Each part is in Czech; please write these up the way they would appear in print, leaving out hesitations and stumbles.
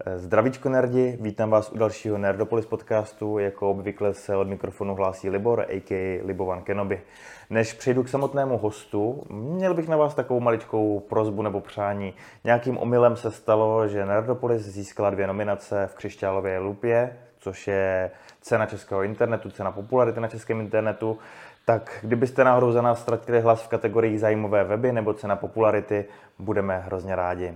Zdravíčko nerdi, vítám vás u dalšího Nerdopolis podcastu. Jako obvykle se od mikrofonu hlásí Libor, a.k.a. Libovan Kenobi. Než přejdu k samotnému hostu, měl bych na vás takovou maličkou prosbu nebo přání. Nějakým omylem se stalo, že Nerdopolis získala 2 nominace v Křišťálové lupě, což je cena českého internetu, cena popularity na českém internetu. Tak kdybyste náhodou za nás ztratili hlas v kategorii zájmové weby nebo cena popularity, budeme hrozně rádi.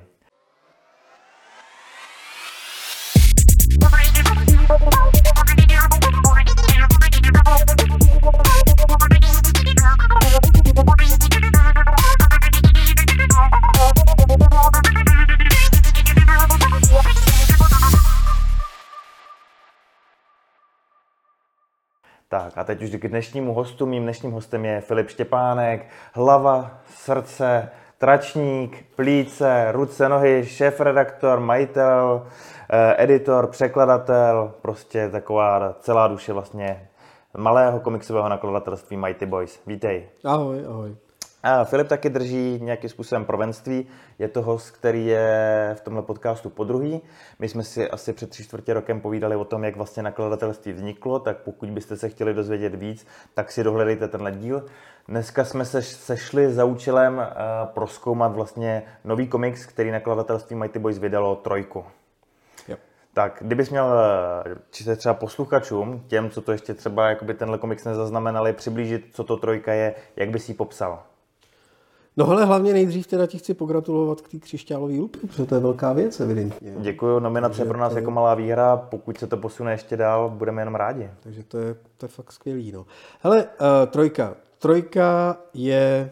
Tak a teď už k dnešnímu hostu. Mým dnešním hostem je Filip Štěpánek, hlava, srdce, tračník, plíce, ruce, nohy, šéfredaktor, majitel, editor, překladatel, prostě taková celá duše vlastně malého komiksového nakladatelství Mighty Boys. Vítej. Ahoj, ahoj. A Filip taky drží nějakým způsobem prvenství. Je to host, který je v tomhle podcastu podruhý. My jsme si asi před 3/4 rokem povídali o tom, jak vlastně nakladatelství vzniklo, tak pokud byste se chtěli dozvědět víc, tak si dohledejte tenhle díl. Dneska jsme se sešli za účelem prozkoumat vlastně nový komiks, který nakladatelství Mighty Boys vydalo, Trojku. Jo. Tak, kdybys měl třeba posluchačům, těm, co to ještě třeba jakoby tenhle komiks nezaznamenali, přiblížit, co to Trojka je, jak bys ji popsal? No ale hlavně nejdřív teda ti chci pogratulovat k té křišťálové lupě, protože to je velká věc, evidentně. Děkuju, nominace je pro nás jako malá výhra, pokud se to posune ještě dál, budeme jenom rádi. Takže to je fakt skvělý, no. Hele, Trojka. Trojka je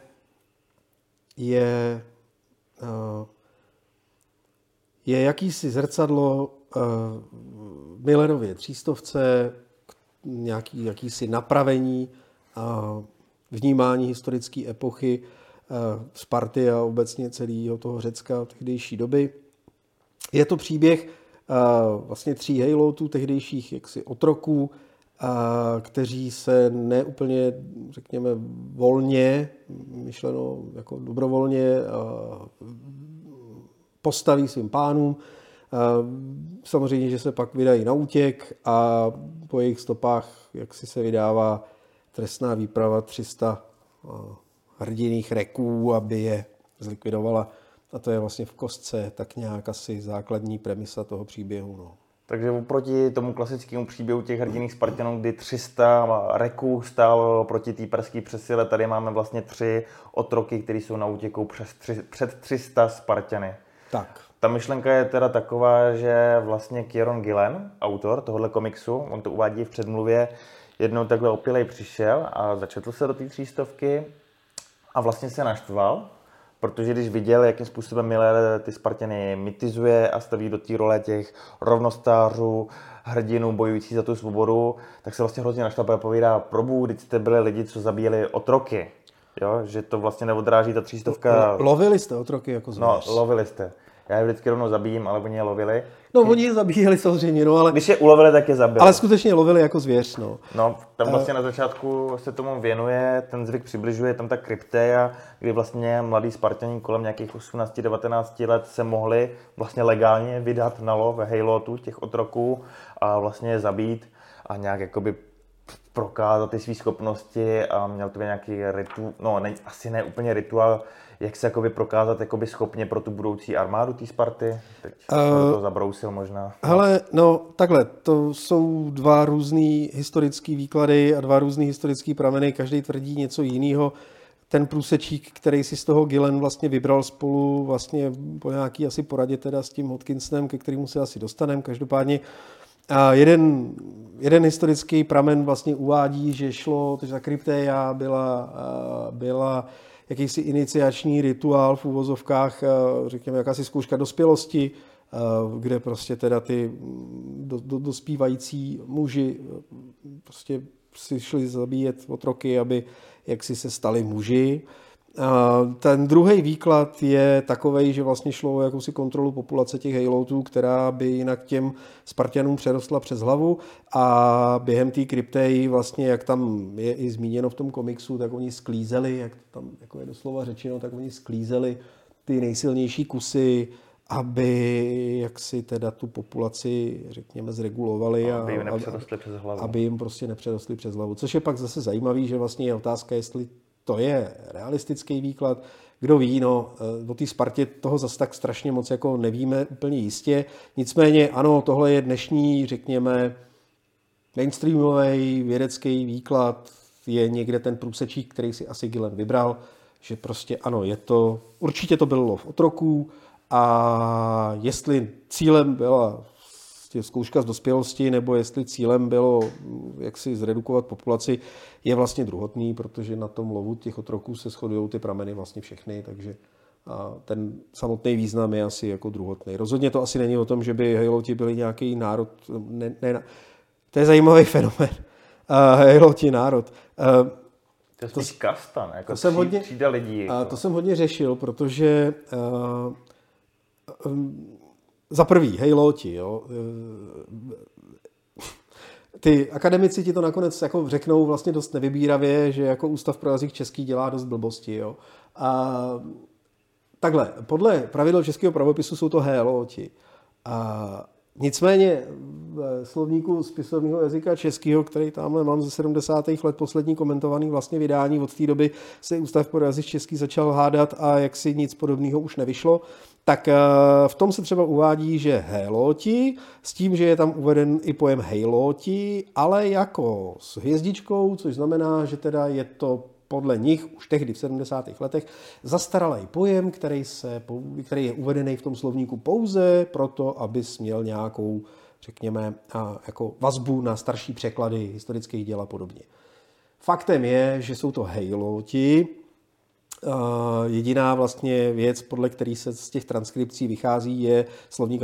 jakýsi zrcadlo Millerově 300, jakýsi napravení vnímání historické epochy Sparty a obecně celého toho Řecka tehdejší doby. Je to příběh vlastně 3 hejlotů, tehdejších jaksi otroků, kteří se neúplně, řekněme, volně, myšleno jako dobrovolně, postaví svým pánům. Samozřejmě, že se pak vydají na útěk a po jejich stopách jaksi se vydává trestná výprava 300 hrdinných reků, aby je zlikvidovala. A to je vlastně v kostce tak nějak asi základní premisa toho příběhu. No. Takže oproti tomu klasickému příběhu těch hrdinných Spartanů, kdy 300 reků stálo proti té perské přesile, tady máme vlastně 3 otroky, které jsou na útěku před 300 Spartany. Tak. Ta myšlenka je teda taková, že vlastně Kieron Gillen, autor tohohle komiksu, on to uvádí v předmluvě, jednou takhle opilej přišel a začetl se do té 300 a vlastně se naštval, protože když viděl, jakým způsobem Miller ty Spartany mitizuje a staví do té role těch rovnostářů, hrdinů bojující za tu svobodu, tak se vlastně hrozně naštval, protože povídá, probů, když jste byli lidi, co zabíjeli otroky. Jo? Že to vlastně neodráží ta 300. Lovili jste otroky jako zvěř. No, lovili jste. Já je vždycky rovnou zabijím, ale oni je lovili. No, oni je zabíjeli samozřejmě, no, ale... Když je ulovili, tak je zabili. Ale skutečně lovili jako zvěř, no. No, tam vlastně na začátku se tomu věnuje, ten zvyk přibližuje, tam ta krypteia, kdy vlastně mladí Spartani kolem nějakých 18-19 let se mohli vlastně legálně vydat na lov hejlotu těch otroků a vlastně je zabít a nějak jakoby prokázat ty své schopnosti a měl to nějaký rituál, no asi ne úplně rituál, jak se jakoby prokázat jakoby schopně pro tu budoucí armádu té Sparty? Teď to zabrousil možná. Hele, no takhle, to jsou 2 různý historický výklady a 2 různý historický prameny, každý tvrdí něco jiného. Ten průsečík, který si z toho Gillen vlastně vybral spolu vlastně po nějaký asi poradě teda s tím Hodkinsonem, ke kterému se asi dostaneme, každopádně jeden historický pramen vlastně uvádí, že šlo, že ta krypteia byla jakýsi iniciační rituál v uvozovkách, řekněme, jakási zkouška dospělosti, kde prostě teda ty dospívající muži prostě si šli zabíjet otroky, aby jaksi se stali muži. Ten druhý výklad je takovej, že vlastně šlo o jakousi kontrolu populace těch hejlotů, která by jinak těm Spartanům přerostla přes hlavu a během té kryptei vlastně, jak tam je i zmíněno v tom komiksu, tak oni sklízeli, jak tam jako je doslova řečeno, tak oni sklízeli ty nejsilnější kusy aby jak si teda tu populaci, řekněme, zregulovali Aby jim nepřerostli přes hlavu. Aby jim prostě nepřerostli přes hlavu. Což je pak zase zajímavý, že vlastně je otázka, jestli to je realistický výklad. Kdo ví, no, o té Spartě toho zase tak strašně moc jako nevíme úplně jistě. Nicméně ano, tohle je dnešní, řekněme, mainstreamový vědecký výklad, je někde ten průsečík, který si asi Gillen vybral, že prostě ano, určitě to byl lov otroků a jestli cílem byla zkouška z dospělosti, nebo jestli cílem bylo jak si zredukovat populaci, je vlastně druhotný, protože na tom lovu těch otroků se shodují ty prameny vlastně všechny, takže a ten samotný význam je asi jako druhotný. Rozhodně to asi není o tom, že by Hejloti byli nějaký národ, to je zajímavý fenomén. Hejloti národ. To je spíš kasta, ne? Jako třída lidí. Jako. To jsem hodně řešil, protože za prvý, Hejloti, jo. Ty akademici ti to nakonec jako řeknou vlastně dost nevybíravě, že jako Ústav pro jazyk český dělá dost blbosti. Jo. A takhle, podle pravidel českého pravopisu jsou to Hejloti. A nicméně v slovníku spisovného jazyka českého, který tamhle mám ze 70. let poslední komentovaný vlastně vydání, od té doby se Ústav pro jazyk český začal hádat a jaksi nic podobného už nevyšlo, tak v tom se třeba uvádí, že Hejloti, s tím, že je tam uveden i pojem Hejloti, ale jako s hvězdičkou, což znamená, že teda je to podle nich už tehdy v 70. letech zastaralý pojem, který je uvedený v tom slovníku pouze proto, abys měl nějakou, řekněme, jako vazbu na starší překlady historických děl a podobně. Faktem je, že jsou to Hejloti. Jediná vlastně věc, podle který se z těch transkripcí vychází, je slovník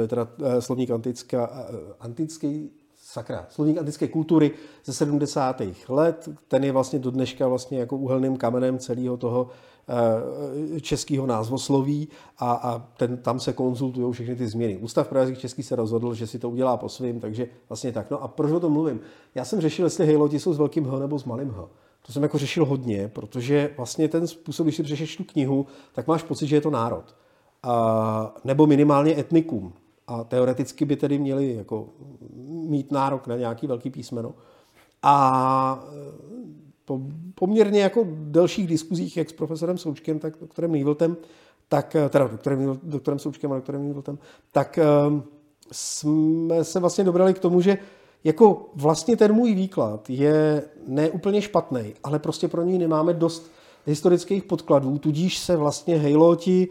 slovník antické kultury ze 70. let. Ten je vlastně do dneška vlastně jako úhelným kamenem celého toho českého názvosloví a tam se konzultují všechny ty změny. Ústav pro jazyk český se rozhodl, že si to udělá po svým, takže vlastně tak. No a proč o tom mluvím? Já jsem řešil, jestli Hejloti jsou s velkým H nebo s malým H. To jsem jako řešil hodně, protože vlastně ten způsob, když si přečteš tu knihu, tak máš pocit, že je to národ. Nebo minimálně etnikum. A teoreticky by tedy měli jako mít nárok na nějaký velký písmeno. A po poměrně jako delších diskuzích, jak s profesorem Součkem, tak doktorem Nýviltem, doktorem Součkem a doktorem Nýviltem, tak jsme se vlastně dobrali k tomu, že jako vlastně ten můj výklad je neúplně špatný, ale prostě pro něj nemáme dost historických podkladů, tudíž se vlastně Hejloti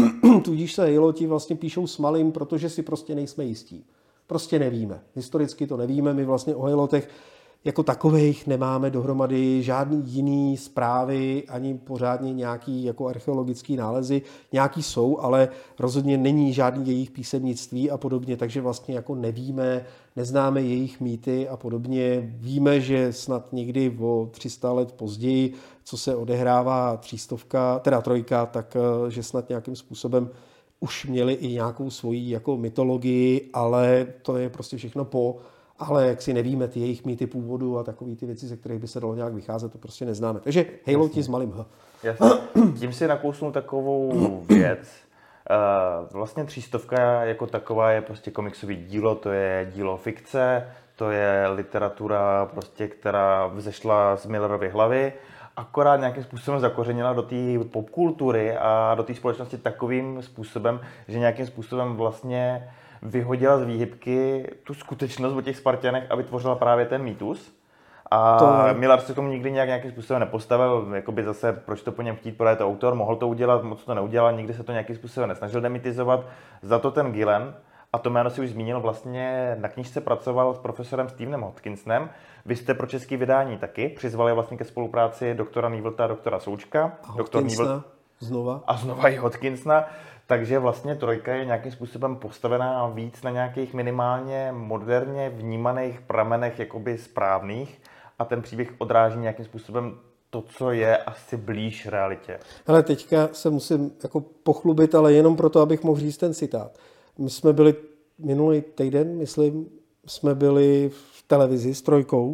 vlastně píšou s malým, protože si prostě nejsme jistí. Prostě nevíme. Historicky to nevíme. My vlastně o Hejlotech jako takových nemáme dohromady žádný jiný zprávy, ani pořádně nějaký jako archeologický nálezy. Nějaký jsou, ale rozhodně není žádný jejich písemnictví a podobně, takže vlastně jako nevíme, neznáme jejich mýty a podobně. Víme, že snad někdy o 300 let později, co se odehrává trojka, tak že snad nějakým způsobem už měli i nějakou svoji jako mytologii, ale to je prostě všechno ale jak si nevíme ty jejich mýty původu a takové ty věci, ze kterých by se dalo nějak vycházet, to prostě neznáme. Takže Hejloti s malým H. Jasně. Tím si nakousnul takovou věc. Vlastně 300 jako taková je prostě komiksový dílo, to je dílo fikce, to je literatura, prostě, která vzešla z Millerovy hlavy, akorát nějakým způsobem zakořenila do té popkultury a do té společnosti takovým způsobem, že nějakým způsobem vlastně vyhodila z výhybky tu skutečnost o těch Spartanech a vytvořila právě ten mýtus. A Miller se k tomu nikdy nějakým způsobem nepostavil, jakoby zase, proč to po něm chtít, protože je to autor, mohl to udělat, moc to neudělal, nikdy se to nějakým způsobem nesnažil demitizovat. Za to ten Gillen, a to jméno si už zmínil, vlastně na knížce pracoval s profesorem Stevenem Hodkinsonem. Vy jste pro české vydání taky přizvali vlastně ke spolupráci doktora Nývilta a doktora Součka. A znova i Hodkinsona. Takže vlastně trojka je nějakým způsobem postavená víc na nějakých minimálně moderně vnímaných pramenech jakoby správných a ten příběh odráží nějakým způsobem to, co je asi blíž realitě. Ale teďka se musím jako pochlubit, ale jenom proto, abych mohl říct ten citát. My jsme byli minulý týden, myslím, jsme byli v televizi s trojkou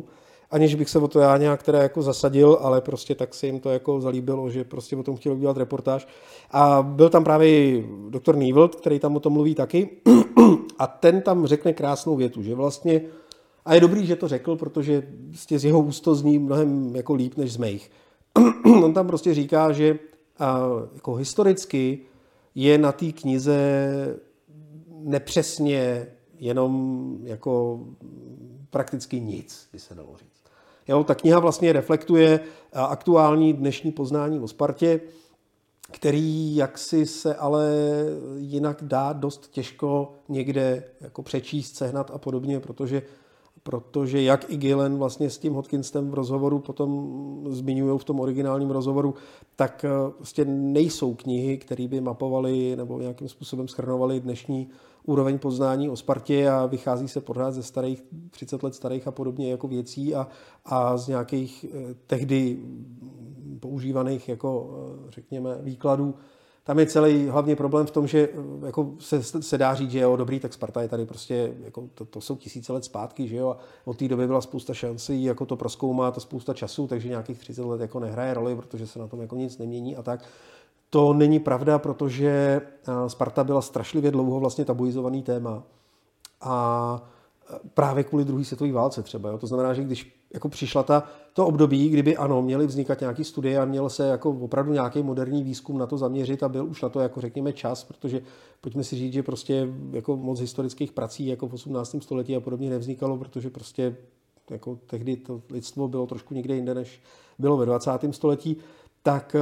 aniž bych se o to já nějak teda jako zasadil, ale prostě tak se jim to jako zalíbilo, že prostě o tom chtěli udělat reportáž. A byl tam právě doktor Nývld, který tam o tom mluví taky a ten tam řekne krásnou větu, že vlastně, a je dobrý, že to řekl, protože z jeho úst to zní mnohem jako líp než z mých. On tam prostě říká, že jako historicky je na té knize nepřesně jenom jako prakticky nic, by se dalo říct. Jo, ta kniha vlastně reflektuje aktuální dnešní poznání o Spartě, který jaksi se ale jinak dá dost těžko někde jako přečíst, sehnat a podobně, protože jak i Gillen vlastně s tím Hodkinsem v rozhovoru potom zmiňují v tom originálním rozhovoru, tak vlastně nejsou knihy, které by mapovaly nebo nějakým způsobem shrnovaly dnešní úroveň poznání o Spartě a vychází se pořád ze starých, 30 let starých a podobně jako věcí a z nějakých tehdy používaných jako řekněme výkladů. Tam je celý hlavně problém v tom, že jako se dá říct, že jo, dobrý, tak Sparta je tady prostě, jako to jsou tisíce let zpátky, že jo, a od té doby byla spousta šancí, jako to prozkoumat a spousta času, takže nějakých 30 let jako nehraje roli, protože se na tom jako nic nemění a tak. To není pravda, protože Sparta byla strašlivě dlouho vlastně tabuizovaný téma a právě kvůli druhé světové válce třeba. Jo. To znamená, že když jako přišla to období, kdyby ano, měly vznikat nějaké studie a měl se jako opravdu nějaký moderní výzkum na to zaměřit a byl už na to jako řekněme čas, protože pojďme si říct, že prostě jako moc historických prací jako v 18. století a podobně nevznikalo, protože prostě jako tehdy to lidstvo bylo trošku někde jinde, než bylo ve 20. století, tak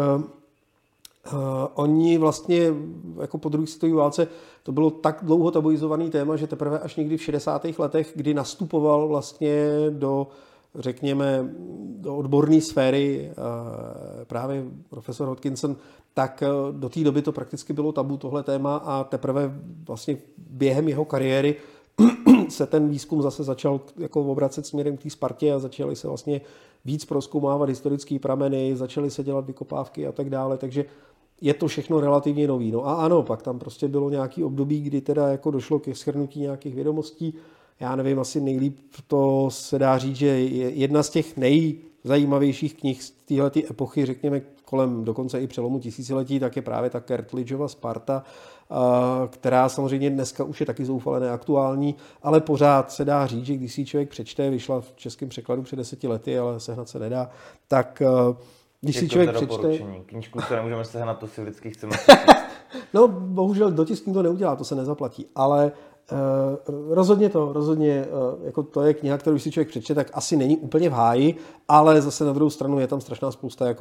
oni vlastně jako po druhé světové válce to bylo tak dlouho tabuizovaný téma, že teprve až někdy v 60. letech, kdy nastupoval vlastně řekněme, do odborné sféry právě profesor Hodkinson, tak do té doby to prakticky bylo tabu tohle téma a teprve vlastně během jeho kariéry se ten výzkum zase začal jako obracet směrem k té Spartě a začaly se vlastně víc prozkoumávat historické prameny, začaly se dělat vykopávky a tak dále, takže je to všechno relativně nový. No a ano, pak tam prostě bylo nějaký období, kdy teda jako došlo ke shrnutí nějakých vědomostí. Já nevím, asi nejlíp to se dá říct, že jedna z těch nejzajímavějších knih z téhleté epochy, řekněme kolem dokonce i přelomu tisíciletí, tak je právě ta Kertligeova Sparta, která samozřejmě dneska už je taky zoufale neaktuální, ale pořád se dá říct, že když si člověk přečte, vyšla v českém překladu před 10 lety, ale sehnat se nedá, tak když si člověk přečte... Knížku se nemůžeme sehnat, to si vždycky chceme No, bohužel dotisk to neudělá, to se nezaplatí, ale rozhodně jako to je kniha, kterou si člověk přečte, tak asi není úplně v háji, ale zase na druhou stranu je tam strašná spousta jako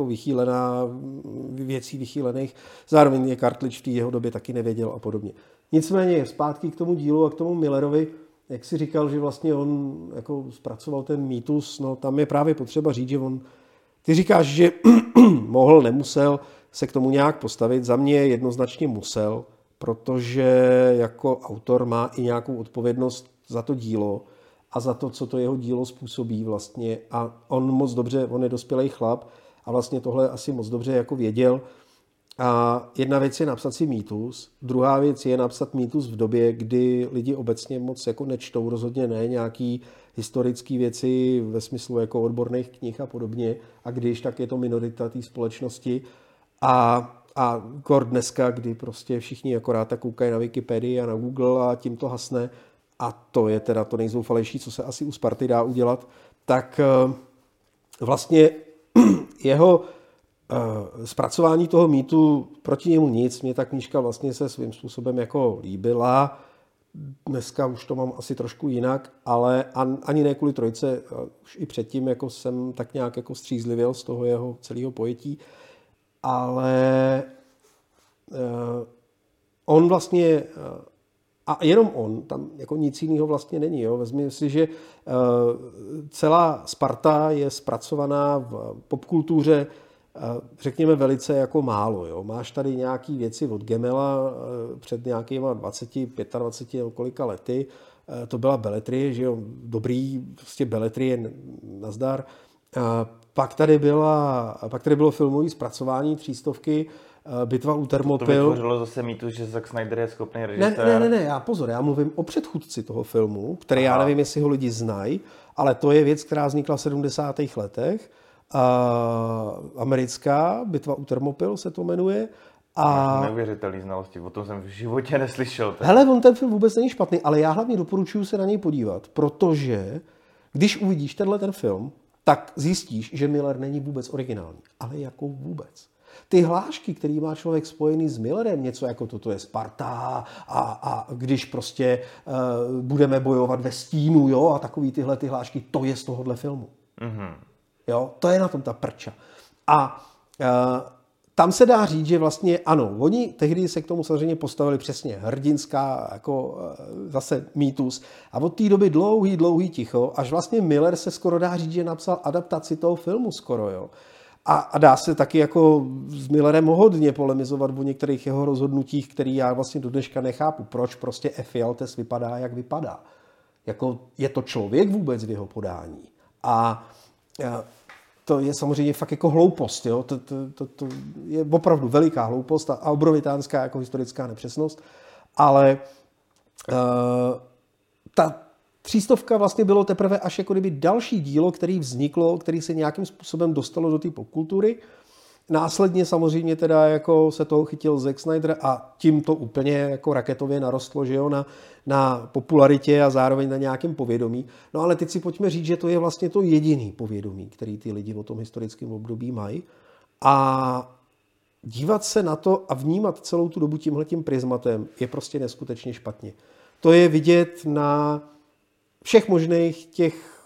věcí vychýlených. Zároveň je Cartledge v té jeho době taky nevěděl a podobně. Nicméně zpátky k tomu dílu a k tomu Millerovi, jak si říkal, že vlastně on jako zpracoval ten mýtus, no tam je právě potřeba říct, že ty říkáš, že mohl, nemusel se k tomu nějak postavit. Za mě jednoznačně musel, protože jako autor má i nějakou odpovědnost za to dílo a za to, co to jeho dílo způsobí vlastně. A on je dospělý chlap a vlastně tohle asi moc dobře jako věděl. A jedna věc je napsat si mýtus, druhá věc je napsat mýtus v době, kdy lidi obecně moc jako nečtou, rozhodně ne nějaký historické věci ve smyslu jako odborných knih a podobně. A když, tak je to minorita té společnosti. A kor dneska, kdy prostě všichni akorát tak koukají na Wikipedii a na Google a tím to hasne, a to je teda to nejzoufalejší, co se asi u Sparty dá udělat, tak vlastně jeho zpracování toho mýtu proti němu nic. Mě ta knížka vlastně se svým způsobem jako líbila. Dneska už to mám asi trošku jinak, ale ani ne kvůli trojce, už i předtím jako jsem tak nějak jako střízlivěl z toho jeho celého pojetí. Ale on vlastně, a jenom on, tam jako nic jiného vlastně není. Jo? Vezmi si, že celá Sparta je zpracovaná v popkultuře, řekněme, velice jako málo. Jo? Máš tady nějaké věci od Gemela před nějakýma 20, 25 kolika lety. To byla beletrie, že jo? Dobrý, prostě beletrie, nazdar. Pak tady bylo filmové zpracování 300, Bitva u To Thermopyl. vytvořilo zase mýtus, že Zack Snyder je schopný režisér. Ne, já mluvím o předchůdci toho filmu, který já nevím, jestli ho lidi znají, ale to je věc, která vznikla v 70. letech. Americká Bitva u Thermopyl se to jmenuje. Máš neuvěřitelný znalosti, o tom jsem v životě neslyšel. Hele, on ten film vůbec není špatný, ale já hlavně doporučuji se na něj podívat, protože když uvidíš ten film, tak zjistíš, že Miller není vůbec originální, ale jako vůbec. Ty hlášky, který má člověk spojený s Millerem, něco jako toto je Sparta a když prostě budeme bojovat ve stínu, jo, a takový tyhle ty hlášky, to je z tohohle filmu. Mm-hmm. Jo, to je na tom ta prča. A tam se dá říct, že vlastně ano, oni tehdy se k tomu samozřejmě postavili přesně hrdinská, jako zase mýtus. A od té doby dlouhý ticho, až vlastně Miller se skoro dá říct, že napsal adaptaci toho filmu skoro, jo. A dá se taky jako s Millerem hodně polemizovat o některých jeho rozhodnutích, který já vlastně do dneška nechápu. Proč prostě Ephialtes vypadá, jak vypadá. Jako je to člověk vůbec v jeho podání. A to je samozřejmě fakt jako hloupost. Jo? To je opravdu veliká hloupost a obrovitánská jako historická nepřesnost. Ale ta 300 vlastně bylo teprve až jako kdyby další dílo, který vzniklo, který se nějakým způsobem dostalo do té popkultury. Následně samozřejmě teda jako se toho chytil Zack Snyder a tím to úplně jako raketově narostlo, že jo, na popularitě a zároveň na nějakém povědomí. No ale teď si pojďme říct, že to je vlastně to jediný povědomí, který ty lidi o tom historickém období mají. A dívat se na to a vnímat celou tu dobu tímhletím prismatem je prostě neskutečně špatně. To je vidět na všech možných těch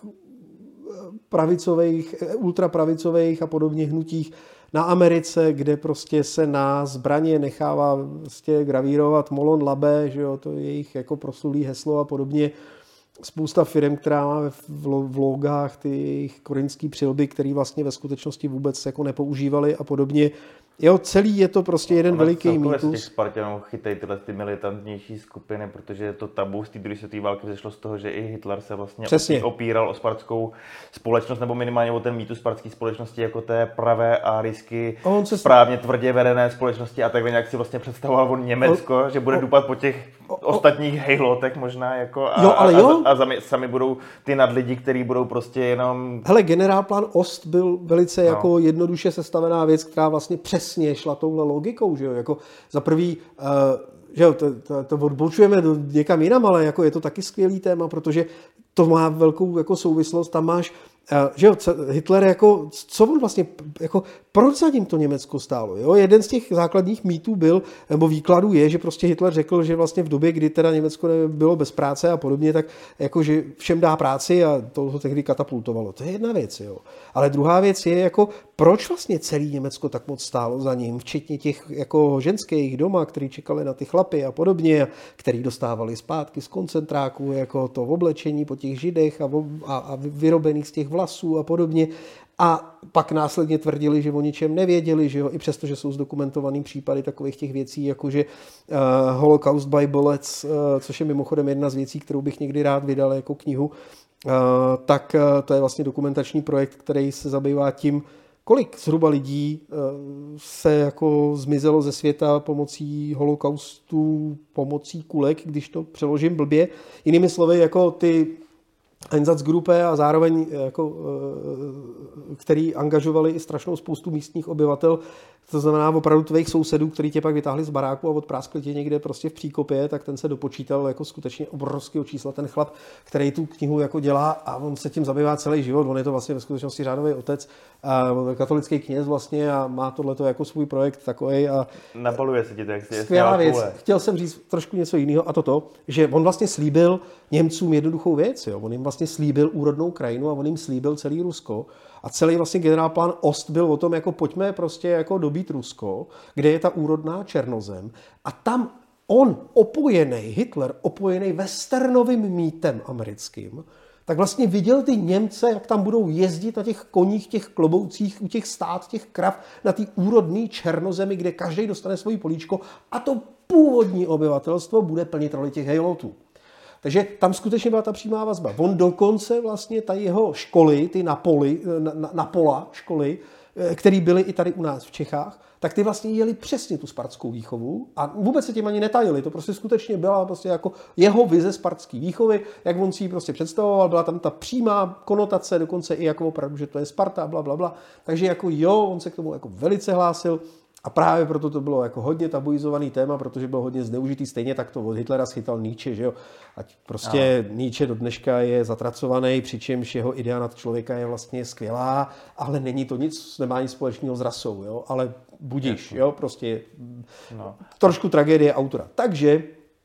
pravicových, ultrapravicových a podobně hnutích na Americe, kde prostě se na zbraně nechává prostě gravírovat Molon Labe, že jo, to je jejich jako proslulý heslo a podobně. Spousta firm, která má v logách ty jejich korinský přilby, který vlastně ve skutečnosti vůbec jako nepoužívali a podobně. Jo, celý je to prostě jeden veliký mýtus. Z těch Spartanů chytají tyhle ty militantnější skupiny, protože je to tabu z té druhé světové války vzešlo z toho, že i Hitler se vlastně opíral o spartskou společnost, nebo minimálně o ten mýtus spartské společnosti jako té pravé árijsky správně tvrdě vedené společnosti a takhle nějak si vlastně představoval on Německo, že bude dupat po těch ostatních hejlotech možná jako a sami budou ty nadlidi, kteří budou prostě jenom... Hele, generálplán Ost byl velice jako jednoduše sestavená věc, která vlastně přesně šla touhle logikou, že jo, jako za prvý, že jo, to odbočujeme někam jinam, ale jako je to taky skvělý téma, protože to má velkou jako souvislost, tam máš, že jo, Hitler jako, co on vlastně, jako, proč za ním to Německo stálo, jo? Jeden z těch základních mýtů byl, nebo výkladů je, že prostě Hitler řekl, že vlastně v době, kdy teda Německo bylo bez práce a podobně, tak jako, že všem dá práci a to ho tehdy katapultovalo. To je jedna věc, jo. Ale druhá věc je, jako, proč vlastně celý Německo tak moc stálo za ním, včetně těch jako ženských doma, který čekali na ty chlapy a podobně, který dostávali zpátky z koncentráků, jako to oblečení po těch židech a vyrobených z těch vlasů a podobně. A pak následně tvrdili, že o ničem nevěděli, že jo, i přesto, že jsou zdokumentovaný případy takových těch věcí, jakože Holocaust by Bullets, což je mimochodem jedna z věcí, kterou bych někdy rád vydal jako knihu, tak to je vlastně dokumentační projekt, který se zabývá tím, kolik zhruba lidí se jako zmizelo ze světa pomocí holokaustu, pomocí kulek, když to přeložím blbě. Jinými slovy, jako ty Einsatzgruppe a zároveň jako, který angažovali i strašnou spoustu místních obyvatel, to znamená opravdu tvých sousedů, který tě pak vytáhli z baráku a odpráskli tě někde prostě v příkopě, tak ten se dopočítal jako skutečně obrovského čísla, ten chlap, který tu knihu jako dělá a on se tím zabývá celý život, on je to vlastně ve skutečnosti řádový otec, katolický kněz vlastně a má tohleto jako svůj projekt takovej a nabaluje se ti to, jak si skvělá věc. Chtěl jsem říct trošku něco jiného a to, že on vlastně slíbil Němcům jednoduchou věc, jo. On jim vlastně slíbil úrodnou krajinu a on jim slíbil celý Rusko. A celý vlastně generálplán Ost byl o tom, jako pojďme prostě jako dobít Rusko, kde je ta úrodná černozem. A tam on Hitler opojený westernovým mýtem americkým, tak vlastně viděl ty Němce, jak tam budou jezdit na těch koních, těch kloboucích, u těch stád, těch krav, na ty úrodný černozemi, kde každý dostane svoji políčko a to původní obyvatelstvo bude plnit roli těch hejlotů. Takže tam skutečně byla ta přímá vazba. On dokonce vlastně ta jeho školy, ty Napola školy, který byli i tady u nás v Čechách, tak ty vlastně jeli přesně tu spartskou výchovu a vůbec se tím ani netajili. To prostě skutečně byla prostě jako jeho vize spartské výchovy, jak on si ji prostě představoval, byla tam ta přímá konotace, dokonce i jako opravdu, že to je Sparta, bla, bla, bla. Takže jako jo, on se k tomu jako velice hlásil. A právě proto to bylo jako hodně tabuizovaný téma, protože byl hodně zneužitý. Stejně tak to od Hitlera schytal Nietzsche, že jo. Ať prostě Nietzsche do dneška je zatracovaný, přičemž jeho idea nad člověka je vlastně skvělá, ale není to nic, nemá nic společného s rasou, jo. Ale budíš, jo, prostě trošku tragédie autora. Takže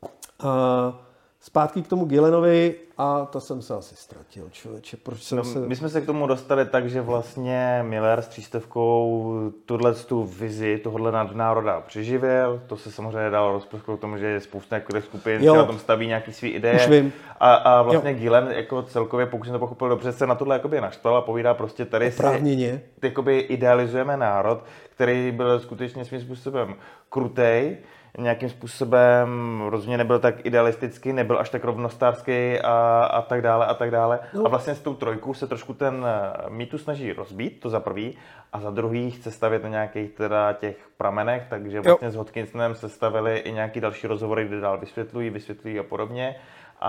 zpátky k tomu Gilenovi a to jsem se asi ztratil, člověče. Proč jsem My jsme se k tomu dostali tak, že vlastně Miller s Třístovkou tu vizi tohohle nadnároda přeživil. To se samozřejmě dalo rozprostřít k tomu, že je spousta některých skupin, si na tom staví nějaký svý ideje. Už vím. A vlastně Gilen jako celkově, pokud jsem to pochopil dobře, se na tohle jakoby naštval a povídá prostě tady oprávněně. Jakoby idealizujeme národ, který byl skutečně svým způsobem krutej, nějakým způsobem rozhodně nebyl tak idealistický, nebyl až tak rovnostářský a tak dále a tak dále. No. A vlastně s tou trojkou se trošku ten mýtus snaží rozbít, to za prvý, a za druhý chce stavět na nějakých teda těch pramenech, takže vlastně s Hodkinsonem se stavili i nějaký další rozhovory, kde dál vysvětlují a podobně.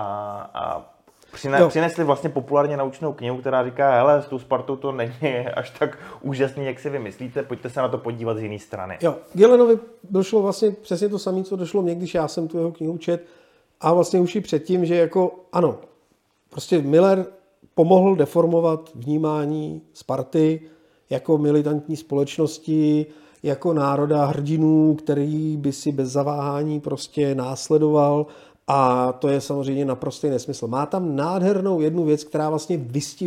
A přinesli vlastně populárně naučnou knihu, která říká, hele, s tou Spartou to není až tak úžasný, jak si vy myslíte, pojďte se na to podívat z jiné strany. Jo, Gilenovi došlo vlastně přesně to samé, co došlo mě, když já jsem tu jeho knihu čet a vlastně už i předtím, že jako ano, prostě Miller pomohl deformovat vnímání Sparty jako militantní společnosti, jako národa hrdinů, který by si bez zaváhání prostě následoval. A to je samozřejmě naprostý nesmysl. Má tam nádhernou jednu věc, která vlastně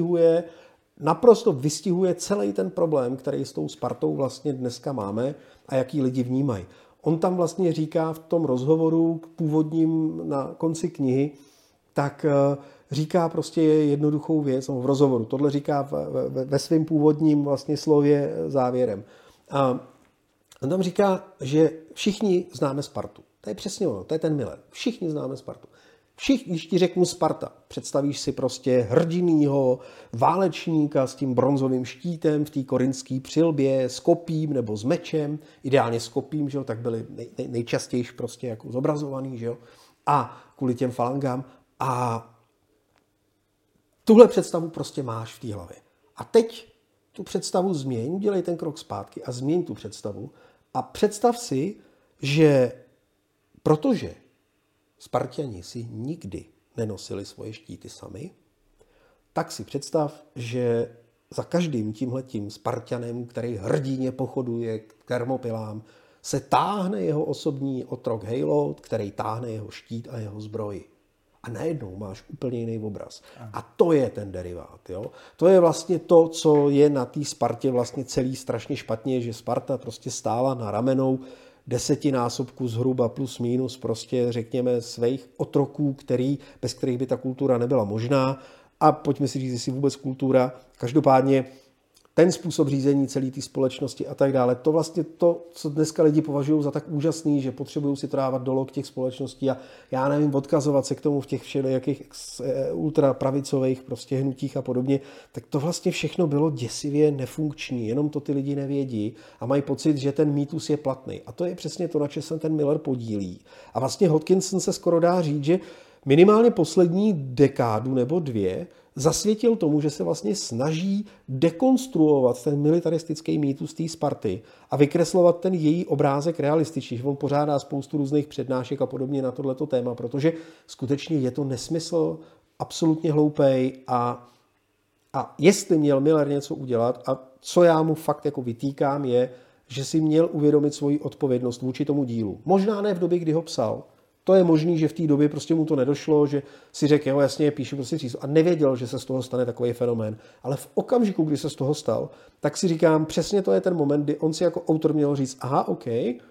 naprosto vystihuje celý ten problém, který s tou Spartou vlastně dneska máme a jaký lidi vnímají. On tam vlastně říká v tom rozhovoru k původním na konci knihy, tak říká prostě jednoduchou věc, v rozhovoru, tohle říká ve svém původním vlastně slově závěrem. A on tam říká, že všichni známe Spartu. To je přesně ono, to je ten Miller. Všichni známe Spartu. Když ti řeknu Sparta, představíš si prostě hrdinýho válečníka s tím bronzovým štítem v té korinské přilbě, s kopím nebo s mečem, ideálně s kopím, že jo, tak byli nejčastěji prostě jako zobrazovaný, že jo, a kvůli těm falangám. A tuhle představu prostě máš v té hlavě. A teď tu představu změň, dělej ten krok zpátky a změň tu představu a představ si, že protože Sparťani si nikdy nenosili svoje štíty sami, tak si představ, že za každým tímhletím Sparťanem, který hrdinně pochoduje k termopilám, se táhne jeho osobní otrok Hejlout, který táhne jeho štít a jeho zbroj. A najednou máš úplně jiný obraz. A to je ten derivát. Jo? To je vlastně to, co je na té Spartě vlastně celý strašně špatně, že Sparta prostě stála na ramenou 10násobku zhruba plus minus prostě řekněme svých otroků, bez kterých by ta kultura nebyla možná. A pojďme si říct, jestli vůbec kultura. Každopádně ten způsob řízení celé té společnosti a tak dále, to vlastně to, co dneska lidi považují za tak úžasný, že potřebují si to dávat do log těch společností a já nevím, odkazovat se k tomu v těch všelijakých ultrapravicových prostě hnutích a podobně, tak to vlastně všechno bylo děsivě nefunkční, jenom to ty lidi nevědí a mají pocit, že ten mýtus je platný. A to je přesně to, na čem se ten Miller podílí. A vlastně Hodkinson se skoro dá říct, že minimálně poslední dekádu nebo dvě zasvětil tomu, že se vlastně snaží dekonstruovat ten militaristický mýtus té Sparty a vykreslovat ten její obrázek realističný. On pořádá spoustu různých přednášek a podobně na tohleto téma, protože skutečně je to nesmysl, absolutně hloupej a jestli měl Miller něco udělat a co já mu fakt jako vytýkám je, že si měl uvědomit svoji odpovědnost vůči tomu dílu. Možná ne v době, kdy ho psal. To je možný, že v té době prostě mu to nedošlo, že si řekl, jo, jasně, píšu prostě říct a nevěděl, že se z toho stane takový fenomén. Ale v okamžiku, kdy se z toho stal, tak si říkám, přesně to je ten moment, kdy on si jako autor měl říct, aha, OK,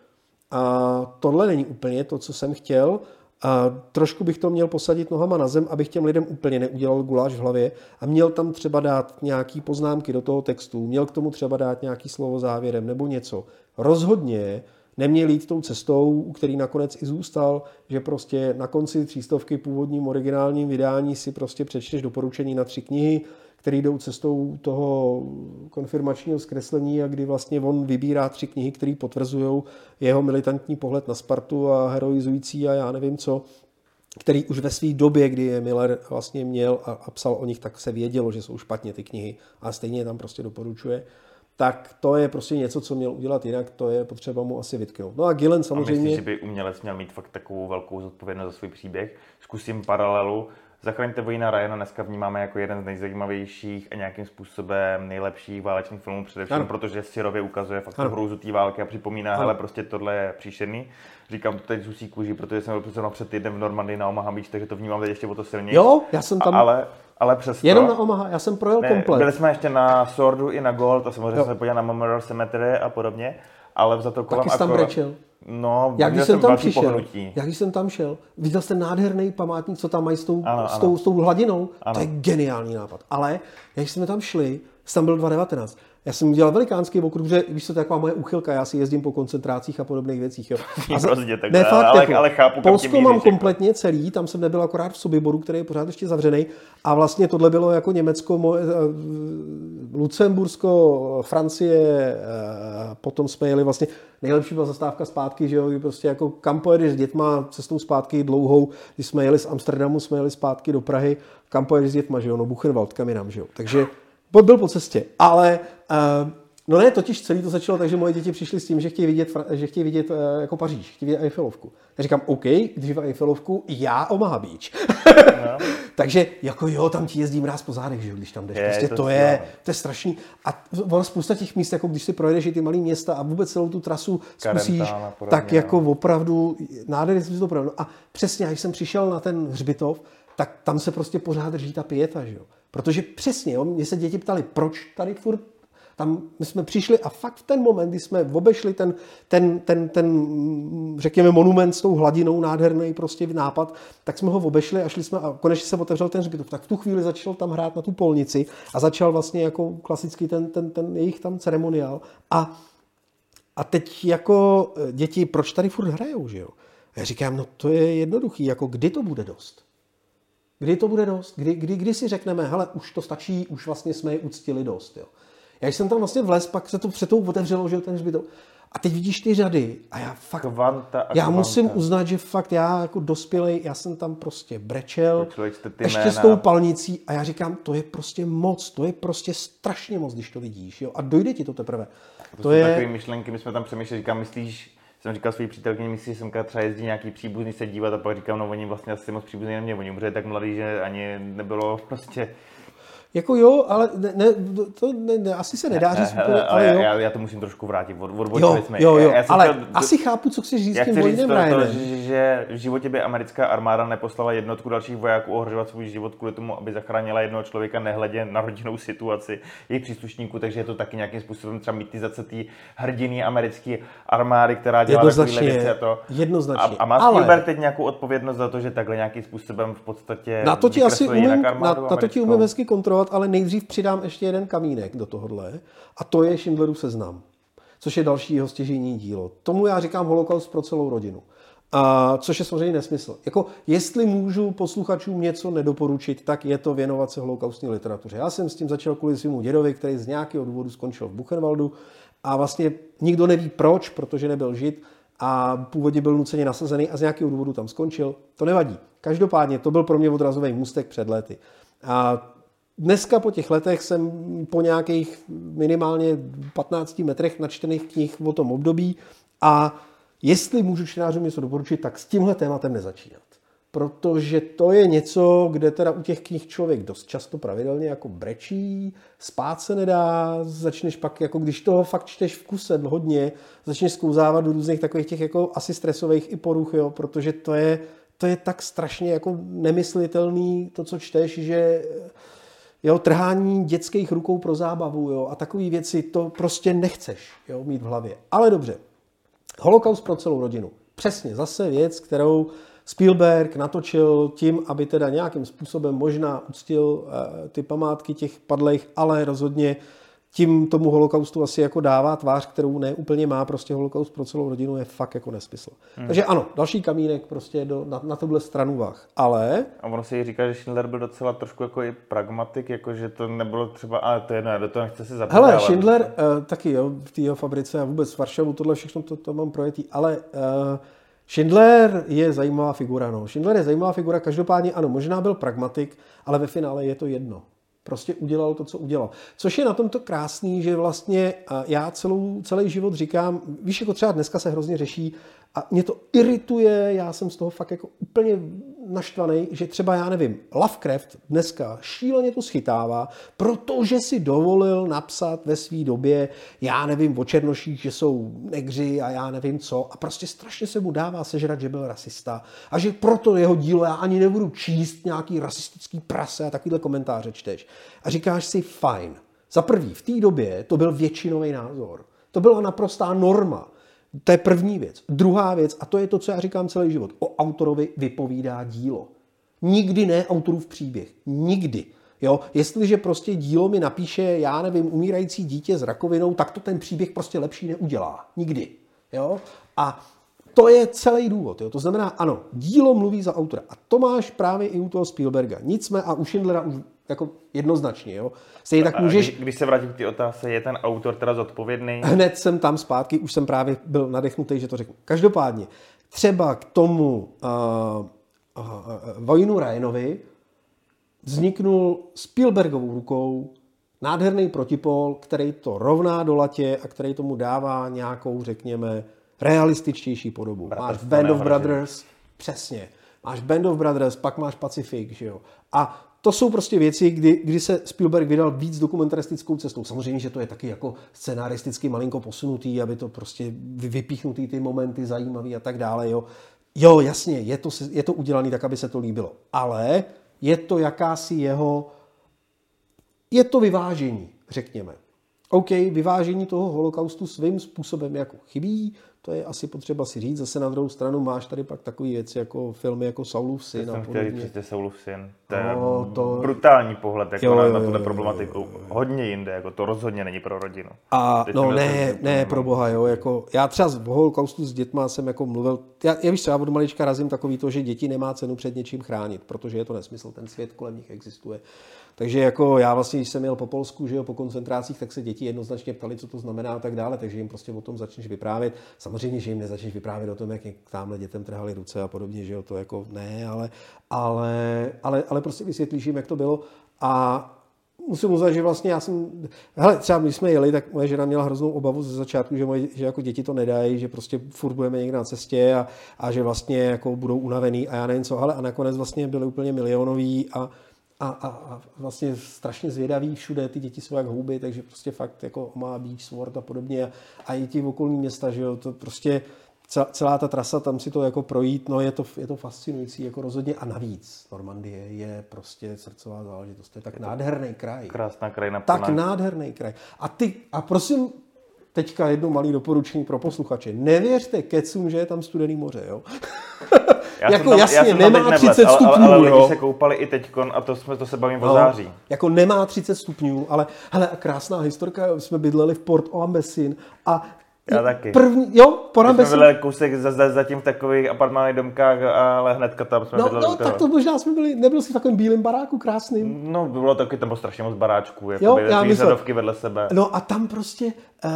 a tohle není úplně to, co jsem chtěl, a trošku bych to měl posadit nohama na zem, abych těm lidem úplně neudělal guláš v hlavě a měl tam třeba dát nějaký poznámky do toho textu, měl k tomu třeba dát nějaký slovo závěrem nebo něco. Rozhodně neměl jít tou cestou, u který nakonec i zůstal, že prostě na konci 300 původním originálním vydání si prostě přečteš doporučení na 3 knihy, který jdou cestou toho konfirmačního zkreslení a kdy vlastně on vybírá 3 knihy, které potvrzují jeho militantní pohled na Spartu a heroizující a já nevím co, který už ve své době, kdy je Miller vlastně měl a psal o nich, tak se vědělo, že jsou špatně ty knihy a stejně je tam prostě doporučuje. Tak to je prostě něco, co měl udělat jinak, to je potřeba mu asi vytknout. No a Gillen samozřejmě... A myslíš, že by umělec měl mít fakt takovou velkou zodpovědnost za svůj příběh? Zkusím paralelu. Zachraňte vojína Ryana dneska vnímáme jako jeden z nejzajímavějších a nějakým způsobem nejlepších válečných filmů, především protože syrově ukazuje fakt hrůzu té války a připomíná, hele, prostě tohle je příšerný. Říkám to teď z husí kůži, protože jsem byl přece před týdnem v Normandii na Omaha Beach, takže to vnímám teď ještě o to silněji. Jo, já jsem tam... Ale přesto... Jenom na Omaha, já jsem projel komplet. Byli jsme ještě na Swordu i na Gold a samozřejmě jsme podívali na Memorial Cemetery a podobně, ale za to kolem taky tam brečel. No, jak když jsem tam šel, viděl jste nádherný památník, co tam mají s tou hladinou, ano. To je geniální nápad. Ale jak jsme tam šli, tam byl 2019, já jsem dělal velikánský okruh, protože víš, co to je taková moje úchylka, já si jezdím po koncentrácích a podobných věcích. Jo. Ne, fakt, ale chápu, Polsko mám kompletně celý, tam jsem nebyl akorát v Sobiboru, který je pořád ještě zavřený. A vlastně tohle bylo jako Německo, Lucembursko, Francie, potom jsme jeli vlastně, nejlepší byla zastávka zpátky, že jo, prostě jako kam pojedeš s dětma cestou zpátky dlouhou, když jsme jeli z Amsterdamu, jsme jeli zpátky do Prahy, kam pojedeš s dětma, že jo, no Buchenwald, kam jinam, že jo. Takže byl po cestě, ale no ne, totiž celý to začalo tak, že moje děti přišly s tím, že chtějí vidět jako Paříž, chtějí vidět Eiffelovku. Já říkám, OK, když v Eiffelovku, já Omaha Beach. No. Takže jako jo, tam ti jezdí mráz po zádech, že když tam jdeš. Prostě to je strašný. A ono spousta těch míst, jako když si projedeš i ty malé města a vůbec celou tu trasu zkusíš, tak jako opravdu nádherně jsem si to provedl. A přesně, když jsem přišel na ten hřbitov, tak tam se prostě pořád drží ta pieta, že jo. Protože přesně, jo, mě se děti ptali, proč tady furt tam my jsme přišli a fakt v ten moment, kdy jsme obešli ten řekněme, monument s tou hladinou, nádherný prostě nápad, tak jsme ho obešli a šli jsme a konečně se otevřel ten hřbitov. Tak v tu chvíli začal tam hrát na tu polnici a začal vlastně jako klasický ten jejich tam ceremoniál. A teď jako děti, proč tady furt hrajou, že jo? A já říkám, no to je jednoduchý, jako kdy to bude dost? Kdy to bude dost? Kdy si řekneme, hele, už to stačí, už vlastně jsme je uctili dost, jo? Já jsem tam vlastně vlez, pak se to před tou otevřelo, že ten hřbitov. A teď vidíš ty řady a já fakt, já musím uznat, že fakt já jako dospělej, já jsem tam prostě brečel, ještě s tou palnicí a já říkám, to je prostě moc, to je prostě strašně moc, když to vidíš, jo? A dojde ti to teprve. To je takové myšlenky, my jsme tam přemýšleli, říkám, myslíš, jsem říkal svým přítelkyni, myslíš, že semka třeba jezdí nějaký příbuzný se dívat a pak říkám, no oni vlastně asi moc příbuzný neměli, oni umřeli tak mladý, že ani nebylo prostě... Jako jo, ale asi se nedá říct úplně, ale jo. Já to musím trošku vrátit, odbočili jsme. Jo, ale asi chápu, co chceš říct s tím vojnem Ryanem. Že v životě by americká armáda neposlala jednotku dalších vojáků ohrožovat svůj život kvůli tomu, aby zachránila jednoho člověka nehledě na rodinnou situaci jejich příslušníků, takže je to taky nějakým způsobem třeba mýtizace té hrdiny americké armády, která dělá takovéhle věci a to. Jednoznačně. A má Spielberg teď nějakou odpovědnost za to, že takhle nějakým způsobem v podstatě na to ti umím hezky kontrolovat, ale nejdřív přidám ještě jeden kamínek do tohohle a to je Schindlerův seznam, což je další jeho stěžejní dílo. Tomu já říkám holokaust pro celou rodinu. Což je samozřejmě nesmysl. Jako, jestli můžu posluchačům něco nedoporučit, tak je to věnovat se holokaustní literatuře. Já jsem s tím začal kvůli svému dědovi, který z nějakého důvodu skončil v Buchenwaldu a vlastně nikdo neví proč, protože nebyl žid a původně byl nuceně nasazený a z nějakého důvodu tam skončil. To nevadí. Každopádně to byl pro mě odrazový můstek před lety. A dneska po těch letech jsem po nějakých minimálně 15 metrech načtených knih o tom období a jestli můžu čtenářům něco doporučit, tak s tímhle tématem nezačínat. Protože to je něco, kde teda u těch knih člověk dost často pravidelně jako brečí, spát se nedá, začneš pak, jako když toho fakt čteš v kuse hodně, začneš sklouzávat do různých takových těch jako asi stresových i poruch, jo, protože to je tak strašně jako nemyslitelný to, co čteš, že jo, trhání dětských rukou pro zábavu, jo, a takové věci, to prostě nechceš, jo, mít v hlavě. Ale dobře, holokaust pro celou rodinu. Přesně, zase věc, kterou Spielberg natočil tím, aby teda nějakým způsobem možná uctil ty památky těch padlejch, ale rozhodně tím tomu holokaustu asi jako dává tvář, kterou ne úplně má, prostě holokaust pro celou rodinu je fakt jako nesmysl. Takže ano, další kamínek prostě na tuhle stranu vah. Ale... A ono se jí říká, že Schindler byl docela trošku jako i pragmatik, jako že to nebylo třeba, ale to je jedno, do toho nechce se zapomínat. Hele, Schindler taky jo, v té jeho fabrice a vůbec v Varšavu, tohle všechno to mám projetý, ale Schindler je zajímavá figura, no. Schindler je zajímavá figura, každopádně ano, možná byl pragmatik, ale ve finále je to jedno. Prostě udělal to, co udělal. Což je na tomto krásný, že vlastně já celý život říkám, víš, jako třeba dneska se hrozně řeší a mě to irituje, já jsem z toho fakt jako úplně naštvaný, že třeba, já nevím, Lovecraft dneska šíleně to schytává, protože si dovolil napsat ve své době, já nevím, o černoších, že jsou negři a já nevím co, a prostě strašně se mu dává sežrat, že byl rasista a že proto jeho dílo já ani nebudu číst nějaký rasistický prase a takovýhle komentáře čteš. A říkáš si, fajn. Za prvý, v té době to byl většinový názor. To byla naprostá norma. To je první věc. Druhá věc, a to je to, co já říkám celý život, o autorovi vypovídá dílo. Nikdy ne autorův příběh. Nikdy. Jo? Jestliže prostě dílo mi napíše, já nevím, umírající dítě s rakovinou, tak to ten příběh prostě lepší neudělá. Nikdy. Jo? A to je celý důvod. Jo? To znamená, ano, dílo mluví za autora. A to máš právě i u toho Spielberga. Nicméně a u Schindlera už jako jednoznačně. Jo? Stejně tak můžeš... Když se vrátím k té otázce, je ten autor teda zodpovědný? Hned jsem tam zpátky, už jsem právě byl nadechnutý, že to řeknu. Každopádně, třeba k tomu Vojnu Ryanovi vzniknul Spielbergovou rukou nádherný protipol, který to rovná do latě a který tomu dává nějakou, řekněme, realističtější podobu. Máš Band of Brothers, přesně. Máš Band of Brothers, pak máš Pacific, že jo. A to jsou prostě věci, kdy se Spielberg vydal víc dokumentaristickou cestou. Samozřejmě, že to je taky jako scenaristicky malinko posunutý, aby to prostě vypíchnutý ty momenty zajímavý a tak dále. Jo, jasně, je to udělané tak, aby se to líbilo. Ale je to jakási je to vyvážení, řekněme. OK, vyvážení toho holokaustu svým způsobem jako chybí, to je asi potřeba si říct. Zase na druhou stranu máš tady pak takové věci jako filmy jako Saulův syn a podobně. Saulův syn. To je brutální pohled jako na tuhle problematiku. Hodně jinde, jako to rozhodně není pro rodinu. A no ne, pro boha, jo, jako já třeba o holokaustu s dětma jsem jako mluvil, já víš co, já od malička razím takový to, že děti nemá cenu před něčím chránit, protože je to nesmysl, ten svět kolem nich existuje. Takže jako já vlastně, když jsem jel po Polsku, že jo, po koncentrácích, tak se děti jednoznačně ptali, co to znamená a tak dále, takže jim prostě o tom začneš vyprávět. Samozřejmě, že jim nezačneš vyprávět o tom, jak tamhle dětem trhali ruce a podobně, že jo, to jako ne, ale prostě vysvětlíš jim, jak to bylo. A musím uznat, že vlastně třeba když jsme jeli, tak moje žena měla hroznou obavu ze začátku, že jako děti to nedají, že prostě furt budeme někde na cestě a že vlastně jako budou unavený a já nevím co, a nakonec vlastně byli úplně milionoví a vlastně strašně zvědaví všude, ty děti jsou jak houby, takže prostě fakt jako Omaha Beach, Sword a podobně a i ti okolní města, že jo, to prostě celá ta trasa, tam si to jako projít, no je to fascinující, jako rozhodně a navíc Normandie je prostě srdcová záležitost, to je tak nádherný kraj. Krásná krajina. Tak nádherný kraj. A prosím, teďka jedno malé doporučení pro posluchače, nevěřte kecům, že je tam studený moře, jo. Jako jasně, nemá 30 stupňů, ale lidi se koupali i teďkon a to se bavím o září. Jako nemá 30 stupňů, ale hele, krásná historka, jsme bydleli v Port au Ambassin a já taky. Port au Ambassin. My jsme byli kousek zatím v takových apartmánních domkách, ale hnedka tam jsme bydleli. No, tak to možná jsme byli, nebyl jsi v takovém bílém baráku krásným. No, bylo taky, tam bylo strašně moc baráčků, jako byly řadovky vedle sebe. No a tam prostě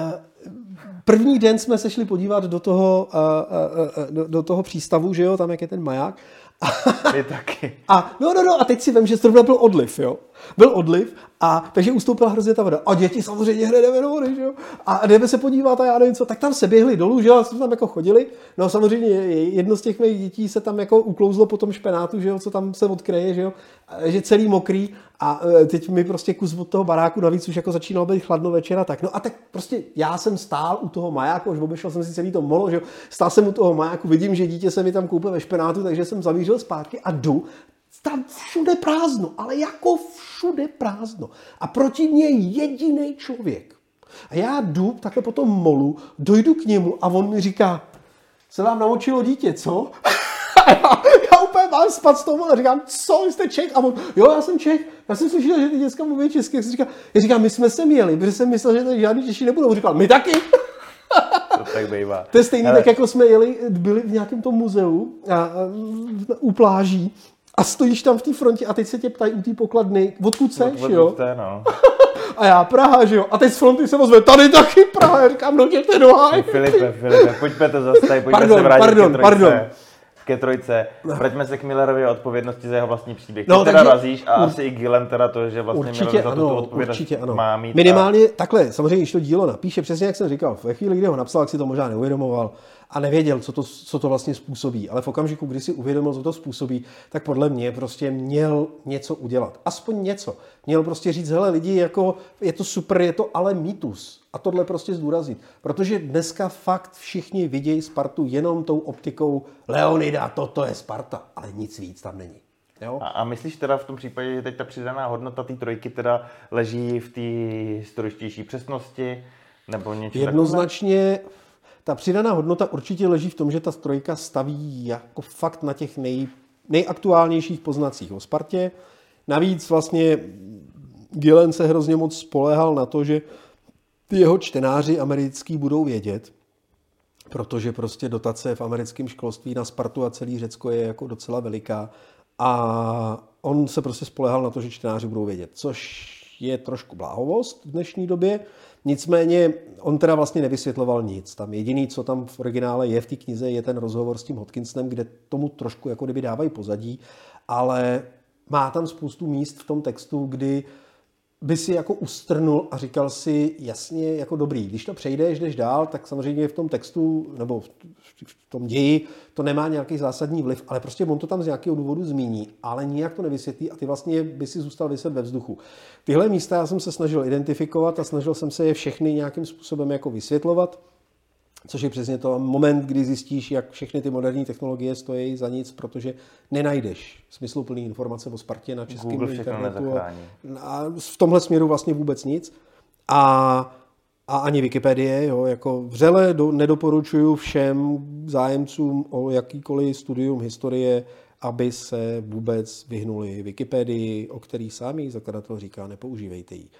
první den jsme se šli podívat do toho přístavu, že jo, tam jak je ten maják. My taky. A teď si vem, že zrovna byl odliv, jo. Byl odliv a takže ustoupila hrozně ta voda. A děti samozřejmě hned jdeme do vody, že jo. A jdeme se podívat a já nevím co, tak tam se běhli dolů, že jo, jsme tam jako chodili. No samozřejmě jedno z těch mých dětí se tam jako uklouzlo po tom špenátu, že jo, co tam se odkryje, že jo, že celý mokrý a teď mi prostě kus od toho baráku, navíc už jako začínalo být chladno večer a tak. No a tak prostě já jsem stál u toho majáku, už obešel jsem si celý to molo, že jo. Stál jsem u toho majáku, vidím, že dítě se mi tam koupe ve špenátu, takže jsem zamířil zpátky a jdu. Tam všude prázdno, ale jako všude prázdno. A proti mně jediný člověk. A já jdu takhle po tom molu, dojdu k němu a on mi říká, se vám namočilo dítě, co? Já úplně mám spát s tomu a říkám, co, jste Čech? A on, jo, já jsem Čech, já jsem slyšel, že ty děcka mluví česky. Já říkám, my jsme sem jeli, protože jsem myslel, že tady žádný Češi nebudou. On říkal, my taky. To tak bývá. To je stejný, tak jako jsme byli v nějakém tom muzeu u pláží a stojíš tam v té frontě a teď se tě ptají u té pokladny, odkud seš, jo? No. A já Praha, že jo? A teď z fronty se ozve, tady taky Praha. Já říkám, no jděte do háje. Filipe, pojďme to zastavit, pojďme se vrátit ke trojce. Vraťme se k Millerovi a odpovědnosti za jeho vlastní příběh. No, ty teda razíš a asi i Gillen teda to, že vlastně Miller za tu odpovědnost má mít. Minimálně takhle, samozřejmě, když to dílo napíše, přesně jak jsem říkal, ve chvíli, kdy ho napsal, tak si to možná neuvědomoval a nevěděl, co to vlastně způsobí. Ale v okamžiku, kdy si uvědomil, co to způsobí, tak podle mě prostě měl něco udělat. Aspoň něco. Měl prostě říct, hele lidi, jako je to super, je to ale mýtus. A tohle prostě zdůraznit. Protože dneska fakt všichni vidějí Spartu jenom tou optikou Leonida, toto je Sparta, ale nic víc tam není. Jo? A myslíš teda v tom případě, že teď ta přidaná hodnota té trojky teda leží v té historičtější přesnosti nebo něco jednoznačně takové? Ta přidaná hodnota určitě leží v tom, že ta trojka staví jako fakt na těch nejaktuálnějších poznacích o Spartě. Navíc vlastně Gillen se hrozně moc spoléhal na to, že ty jeho čtenáři americký budou vědět, protože prostě dotace v americkém školství na Spartu a celý Řecko je jako docela veliká a on se prostě spoléhal na to, že čtenáři budou vědět, což je trošku bláhovost v dnešní době. Nicméně on teda vlastně nevysvětloval nic. Tam jediný, co tam v originále je v té knize, je ten rozhovor s tím Hodkinsonem, kde tomu trošku jako kdyby dávají pozadí, ale má tam spoustu míst v tom textu, kdy by si jako ustrnul a říkal si, jasně, jako dobrý, když to přejdeš, jdeš dál, tak samozřejmě v tom textu nebo v tom ději to nemá nějaký zásadní vliv, ale prostě on to tam z nějakého důvodu zmíní, ale nijak to nevysvětlí a ty vlastně by si zůstal viset ve vzduchu. Tyhle místa já jsem se snažil identifikovat a snažil jsem se je všechny nějakým způsobem jako vysvětlovat, což je přesně to moment, kdy zjistíš, jak všechny ty moderní technologie stojí za nic, protože nenajdeš smysluplný informace o Spartě na českém internetu. A v tomhle směru vlastně vůbec nic. A ani Wikipedie, jo, jako vřele nedoporučuju všem zájemcům o jakýkoliv studium historie, aby se vůbec vyhnuli Wikipedii, o který sám její zakladatel říká, nepoužívejte ji.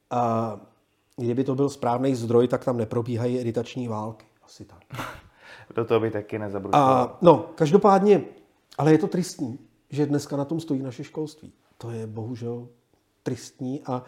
A kdyby to byl správný zdroj, tak tam neprobíhají editační války. Asi tak. Do toho by taky nezabrušoval. No, každopádně, ale je to tristní, že dneska na tom stojí naše školství. To je bohužel tristní a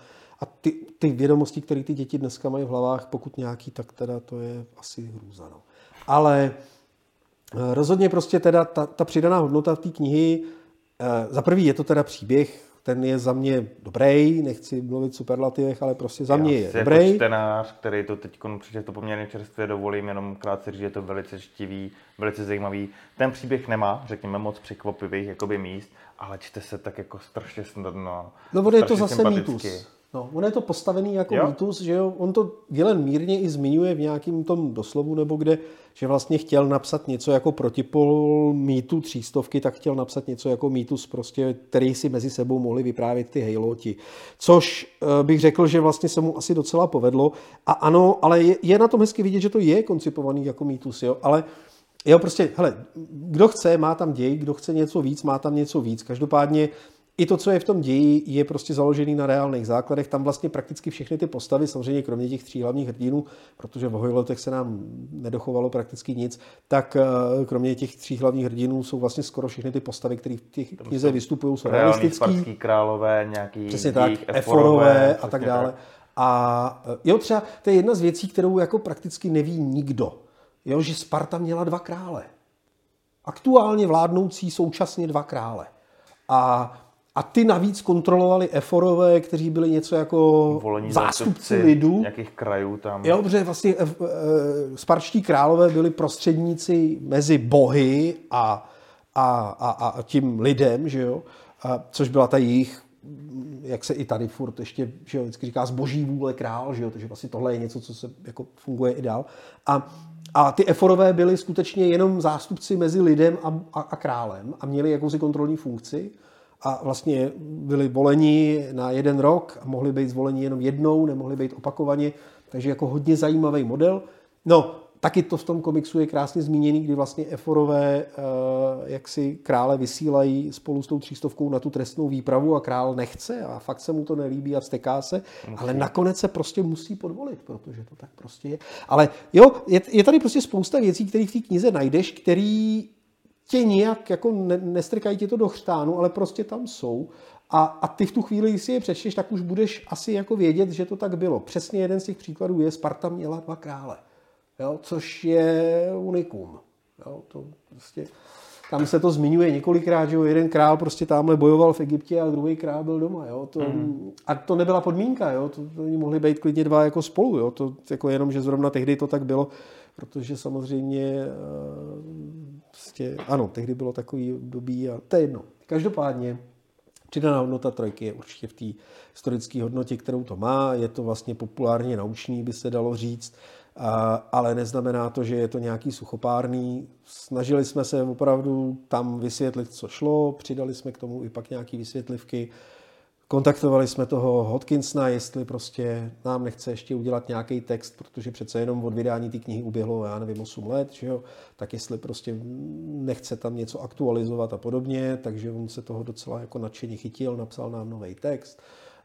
ty vědomosti, které ty děti dneska mají v hlavách, pokud nějaký, tak teda to je asi hrůza. No. Ale rozhodně prostě teda ta přidaná hodnota té knihy, za prvý je to teda příběh, ten je za mě dobrý, nechci mluvit v superlativech, ale prostě za mě je dobrý. Jako čtenář, který to teď přečetl poměrně čerstvě, dovolím jenom krátce říct, že je to velice čtivý, velice zajímavý. Ten příběh nemá, řekněme, moc překvapivých jakoby míst, ale čte se tak jako strašně snadno. No, on je to zase mýtus. No, on je to postavený jako mýtus, že jo, on to Gillen mírně i zmiňuje v nějakým tom doslovu nebo kde, že vlastně chtěl napsat něco jako protipol mýtu 300, tak chtěl napsat něco jako mýtus prostě, který si mezi sebou mohli vyprávět ty hejloti. Což bych řekl, že vlastně se mu asi docela povedlo a ano, ale je na tom hezky vidět, že to je koncipovaný jako mýtus, jo, ale jo, prostě, hele, kdo chce, má tam děj, kdo chce něco víc, má tam něco víc. Každopádně i to, co je v tom ději, je prostě založený na reálných základech. Tam vlastně prakticky všechny ty postavy, samozřejmě kromě těch 3 hlavních hrdinů, protože v Hojletech se nám nedochovalo prakticky nic, tak kromě těch 3 hlavních hrdinů jsou vlastně skoro všechny ty postavy, které v těch knize vystupují, jsou realistický. Spartský králové, nějaký přesně tak, eforové a tak dále. A jo, třeba to je jedna z věcí, kterou jako prakticky neví nikdo. Jo, že Sparta měla 2 krále. Aktuálně vládnoucí současně 2 krále. A ty navíc kontrolovali eforové, kteří byli něco jako volení zástupci lidu. Nějakých krajů tam. Jo, protože vlastně spartští králové byli prostředníci mezi bohy a tím lidem, že jo? Což byla ta jejich, jak se i tady furt ještě, že jo, vždycky říká z boží vůle král, že jo? Takže vlastně tohle je něco, co se jako funguje i dál. A ty eforové byli skutečně jenom zástupci mezi lidem a králem a měli jakousi kontrolní funkci. A vlastně byli voleni na 1 rok a mohli být zvoleni jenom jednou, nemohli být opakovaně, takže jako hodně zajímavý model. No, taky to v tom komiksu je krásně zmíněný, kdy vlastně Eforové jak si krále vysílají spolu s tou 300 na tu trestnou výpravu a král nechce a fakt se mu to nelíbí a vzteká se, ale nakonec se prostě musí podvolit, protože to tak prostě je. Ale jo, je tady prostě spousta věcí, které v té knize najdeš, který tě nijak jako nestrkají tě to do chřtánu, ale prostě tam jsou. A ty v tu chvíli, když si je přečteš, tak už budeš asi jako vědět, že to tak bylo. Přesně jeden z těch příkladů je, Sparta měla 2 krále, jo, což je unikum. Jo, to prostě, tam se to zmiňuje několikrát, že jo, jeden král prostě tamhle bojoval v Egyptě a druhý král byl doma. Jo, a to nebyla podmínka, jo, to oni mohli být klidně 2 jako spolu. Jo, to jako jenom, že zrovna tehdy to tak bylo, protože samozřejmě prostě, ano, tehdy bylo takový období a to je jedno. Každopádně přidaná hodnota trojky je určitě v té historické hodnotě, kterou to má. Je to vlastně populárně naučný, by se dalo říct, ale neznamená to, že je to nějaký suchopárný. Snažili jsme se opravdu tam vysvětlit, co šlo, přidali jsme k tomu i pak nějaké vysvětlivky. Kontaktovali jsme toho Hodkinsona, jestli prostě nám nechce ještě udělat nějaký text, protože přece jenom od vydání té knihy uběhlo, já nevím, 8 let, že jo? Tak jestli prostě nechce tam něco aktualizovat a podobně, takže on se toho docela jako nadšeně chytil, napsal nám nový text.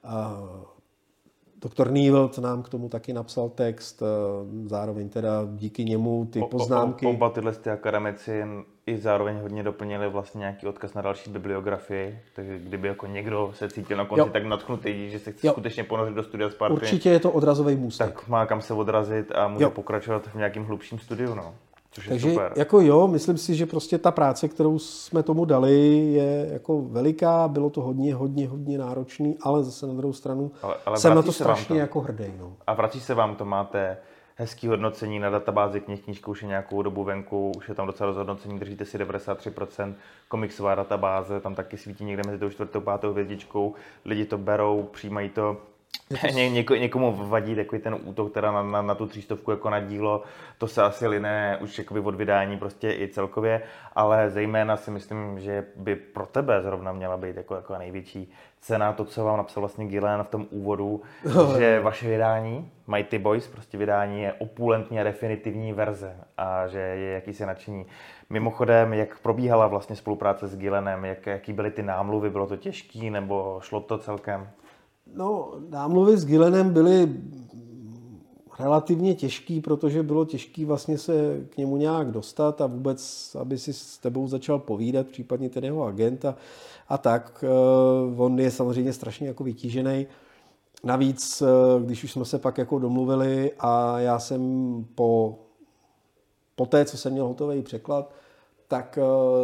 Doktor Newell nám k tomu taky napsal text, zároveň teda díky němu ty poznámky. Oba tyhle akademici i zároveň hodně doplnili vlastně nějaký odkaz na další bibliografii, takže kdyby jako někdo se cítil na konci tak nadchnutý, že se chce skutečně ponořit do studia Sparty. Určitě je to odrazový můstek. Tak má kam se odrazit a může pokračovat v nějakým hlubším studiu, no. Takže jako jo, myslím si, že prostě ta práce, kterou jsme tomu dali, je jako veliká, bylo to hodně náročný, ale zase na druhou stranu ale jsem na to strašně jako hrdý. No. A vrací se vám to, máte hezký hodnocení na databázi knížka už je nějakou dobu venku, už je tam docela hodnocení, držíte si 93%, komiksová databáze, tam taky svítí někde mezi tou 4. a 5. hvězdičkou, lidi to berou, přijímají to. Někomu vadí takový ten útok teda na tu 300 jako na dílo, to se asi line už jakoby od vydání prostě i celkově, ale zejména si myslím, že by pro tebe zrovna měla být jako největší cena to, co vám napsal vlastně Gillen v tom úvodu, že vaše vydání, Mighty Boys, prostě vydání je opulentní a definitivní verze a že je jakýsi nadšení. Mimochodem, jak probíhala vlastně spolupráce s Gillenem, jaký byly ty námluvy, bylo to těžký nebo šlo to celkem? No, námluvy s Gillenem byly relativně těžký, protože bylo těžký vlastně se k němu nějak dostat a vůbec, aby si s tebou začal povídat, případně ten jeho agent a tak. On je samozřejmě strašně jako vytížený. Navíc, když už jsme se pak jako domluvili a já jsem po té, co jsem měl hotový překlad, tak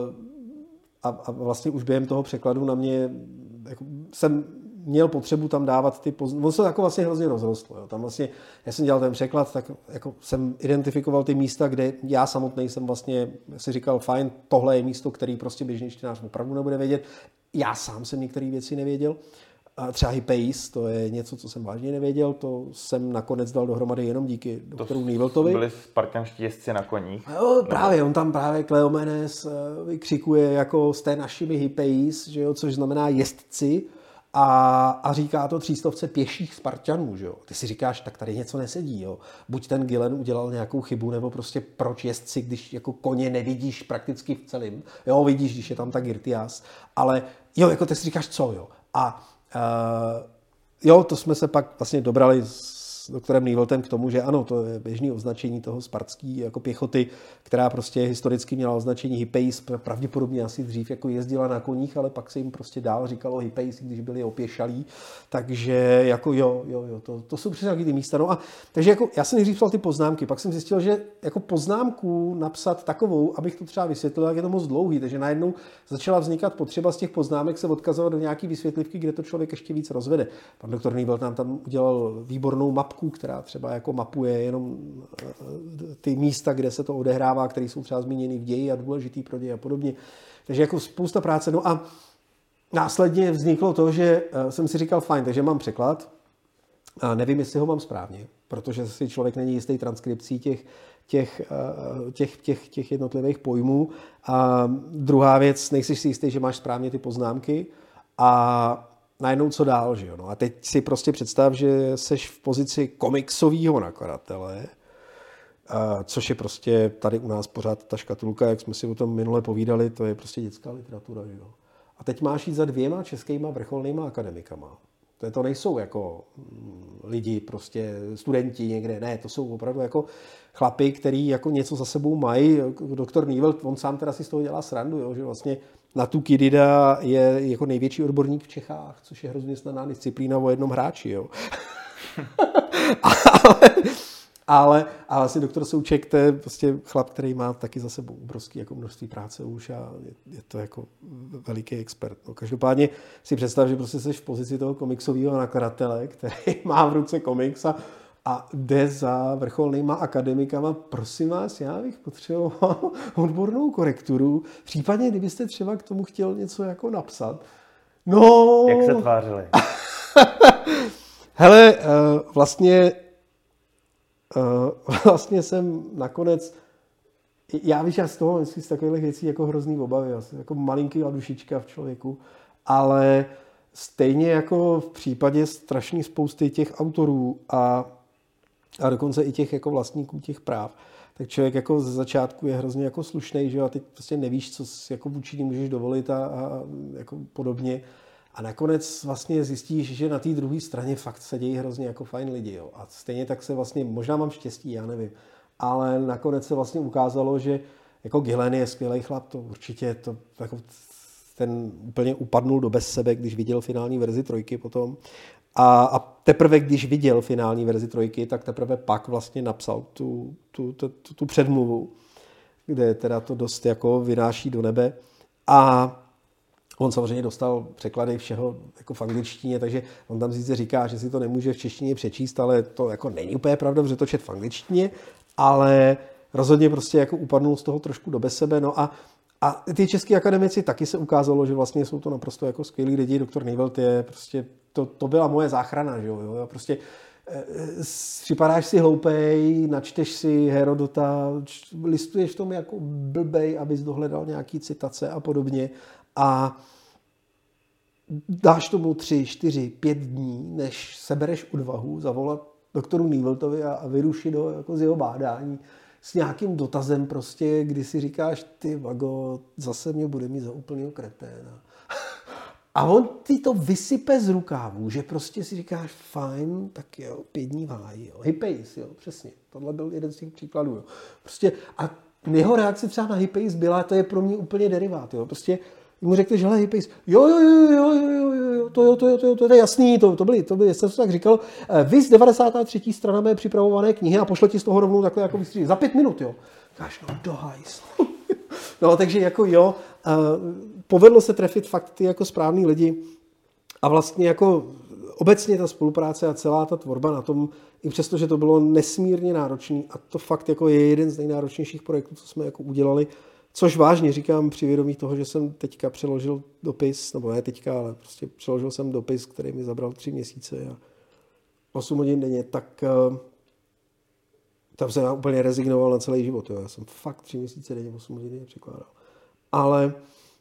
a vlastně už během toho překladu na mě jako, jsem měl potřebu tam dávat ty poznámky. On se jako vlastně hrozně rozrostlo. Jo. Tam vlastně, já jsem dělal ten překlad, tak jako jsem identifikoval ty místa, kde já samotný jsem vlastně si říkal, fajn, tohle je místo, který prostě běžný čtenář opravdu nebude vědět. Já sám jsem některé věci nevěděl. A třeba Hypace, to je něco, co jsem vážně nevěděl, to jsem nakonec dal dohromady jenom díky doktoru Neweltovi. To byli spartanští jezdci na koních. Jo, právě, on tam právě Kleomenes vykřikuje jako jste našimi Hypace, že jo, což znamená jezdci. A říká to 300 pěších Spartanů, že jo. Ty si říkáš, tak tady něco nesedí, jo. Buď ten Gillen udělal nějakou chybu, nebo prostě proč jezdci, když jako koně nevidíš prakticky v celém. Jo, vidíš, když je tam ta Girtias. Ale jo, jako ty si říkáš, co, jo. A jo, to jsme se pak vlastně dobrali s doktorem Neweltem k tomu, že ano, to je běžný označení toho spartský jako pěchoty, která prostě historicky měla označení Hypace, pravděpodobně asi dřív jako jezdila na koních, ale pak se jim prostě dál říkalo Hypace, když byli opěšalí, takže jako jo, to jsou přesně taky ty místa. No a takže jako já jsem nejdřív psal ty poznámky, pak jsem zjistil, že jako poznámku napsat takovou, abych to třeba vysvětlil, jak je to moc dlouhý, takže najednou začala vznikat potřeba z těch poznámek se odkazovat do nějaký vysvětlivky, kde to člověk ještě víc rozvede. Pan doktor Newell nám tam udělal výbornou mapku, která třeba jako mapuje jenom ty místa, kde se to odehrává, které jsou třeba zmíněny v ději a důležitý pro děj a podobně. Takže jako spousta práce. No a následně vzniklo to, že jsem si říkal, fajn, takže mám překlad a nevím, jestli ho mám správně, protože si člověk není jistý transkripcí těch jednotlivých pojmů. A druhá věc, nejsi si jistý, že máš správně ty poznámky a najednou co dál, že jo? No a teď si prostě představ, že seš v pozici komiksového nakladatele což je prostě tady u nás pořád ta škatulka, jak jsme si o tom minule povídali, to je prostě dětská literatura. Že jo? A teď máš jít za 2 českýma vrcholnýma akademikama. To nejsou jako lidi, prostě studenti někde, ne, to jsou opravdu jako chlapi, který jako něco za sebou mají. Doktor Nývel, on sám teda si z toho dělá srandu, jo, že vlastně na Thúkýdida je jako největší odborník v Čechách, což je hrozně snadná disciplína o jednom hráči. Jo. ale vlastně doktor Souček, to je prostě chlap, který má taky za sebou obrovský jako množství práce už a je to jako veliký expert. No, každopádně si představ, že prostě jsi v pozici toho komiksového nakladatele, který má v ruce komiks a jde za vrcholnýma akademikama. Prosím vás, já bych potřeboval odbornou korekturu. Případně, kdybyste třeba k tomu chtěl něco jako napsat. No... Jak se tvářili? Hele, vlastně jsem nakonec, já víš, já z toho myslím z takových věcí jako hrozný obavy, já jsem jako malinký dušička v člověku, ale stejně jako v případě strašný spousty těch autorů a dokonce i těch jako vlastníků těch práv, tak člověk jako ze začátku je hrozně jako slušnej, že jo, a teď prostě nevíš, co jako vůči ní můžeš dovolit a jako podobně. A nakonec vlastně zjistíš, že na té druhé straně fakt sedějí hrozně jako fajn lidi. Jo. A stejně tak se vlastně, možná mám štěstí, já nevím, ale nakonec se vlastně ukázalo, že jako Gillen je skvělý chlap, to určitě to, jako ten úplně upadnul do bez sebe, když viděl finální verzi 3 potom. A teprve, když viděl finální verzi 3, tak teprve pak vlastně napsal tu předmluvu, kde teda to dost jako vynáší do nebe. A on samozřejmě dostal překlady všeho jako v angličtině, takže on tam sice říká, že si to nemůže v češtině přečíst, ale to jako není úplně pravda, protože to čet v angličtině, ale rozhodně prostě jako upadnul z toho trošku do bez sebe. No a ty český akademici taky se ukázalo, že vlastně jsou to naprosto jako skvělí lidi. Doktor Nývel, je prostě, to byla moje záchrana, že jo, prostě připadáš si hloupej, načteš si Herodota, listuješ v tom jako blbej, abys dohledal nějaký citace a podobně a dáš tomu 3, 4, 5 dní, než sebereš odvahu zavolat doktoru Nýveltovi a vyrušit ho jako z jeho bádání s nějakým dotazem prostě, kdy si říkáš, ty vago, zase mě bude mít za úplnýho kreténa. A on ti to vysype z rukávů, že prostě si říkáš, fajn, tak jo, 5 dní v háji, jo. Hippejs, jo, přesně. Tohle byl jeden z těch příkladů, jo. Prostě a jeho reakce třeba na Hippejs byla, to je pro mě úplně derivát, jo. Prostě mu řekneš, hele, Hippejs, jo, to je jasný, to byly, jestli to tak říkal, vys 93. strana mé připravované knihy a pošle ti z toho rovnou takhle jako vystřížit. Za 5 minut, jo. Káš, no, do hajzlu. No, takže jako jo, povedlo se trefit fakt ty jako správný lidi a vlastně jako obecně ta spolupráce a celá ta tvorba na tom, i přesto, že to bylo nesmírně náročný a to fakt jako je jeden z nejnáročnějších projektů, co jsme jako udělali, což vážně říkám při vědomí toho, že jsem teďka přeložil dopis, nebo ne teďka, ale prostě přeložil jsem dopis, který mi zabral 3 měsíce a 8 hodin denně, tak tam jsem úplně rezignoval na celý život. Jo. Já jsem fakt 3 měsíce denně 8 hodin překládal. Ale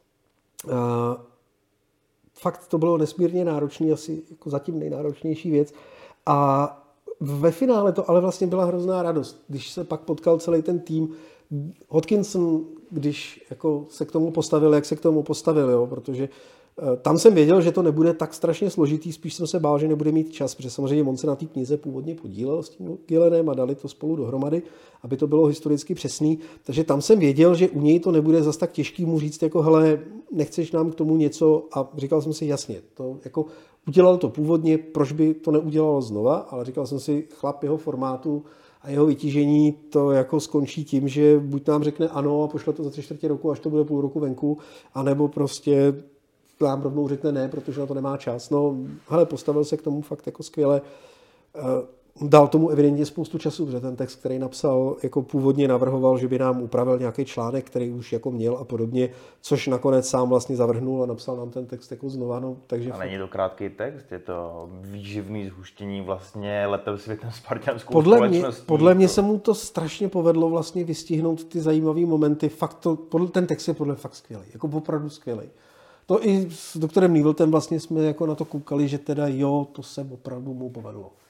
fakt to bylo nesmírně náročný, asi jako zatím nejnáročnější věc. A ve finále to ale vlastně byla hrozná radost, když se pak potkal celý ten tým. Hodkinson, když jako se k tomu postavil, jak se k tomu postavil, jo, protože tam jsem věděl, že to nebude tak strašně složitý, spíš jsem se bál, že nebude mít čas, protože samozřejmě on se na té knize původně podílel s tím Gillenem a dali to spolu dohromady, aby to bylo historicky přesný. Takže tam jsem věděl, že u něj to nebude zas tak těžký mu říct, jako hele, nechceš nám k tomu něco, a říkal jsem si jasně, to jako udělal to původně, proč by to neudělalo znova, ale říkal jsem si, chlap jeho formátu a jeho vytížení to jako skončí tím, že buď nám řekne ano a pošle to za 3/4 roku, až to bude půl roku venku, anebo prostě nám rovnou řekne ne, protože na to nemá čas. No, hele, postavil se k tomu fakt jako skvěle. Dal tomu evidentně spoustu času, protože ten text, který napsal, jako původně navrhoval, že by nám upravil nějaký článek, který už jako měl a podobně, což nakonec sám vlastně zavrhnul a napsal nám ten text jako znova. No, takže a není to krátký text, je to výživný zhuštění vlastně letem světem spartianskou společností. Podle mě se mu to strašně povedlo vlastně vystihnout ty zajímavé momenty. Fakt ten text je podle fakt skvělý, jako opravdu skvělý. To i s doktorem Nýveltem vlastně jsme jako na to koukali, že teda jo, to se opravdu mu povedlo.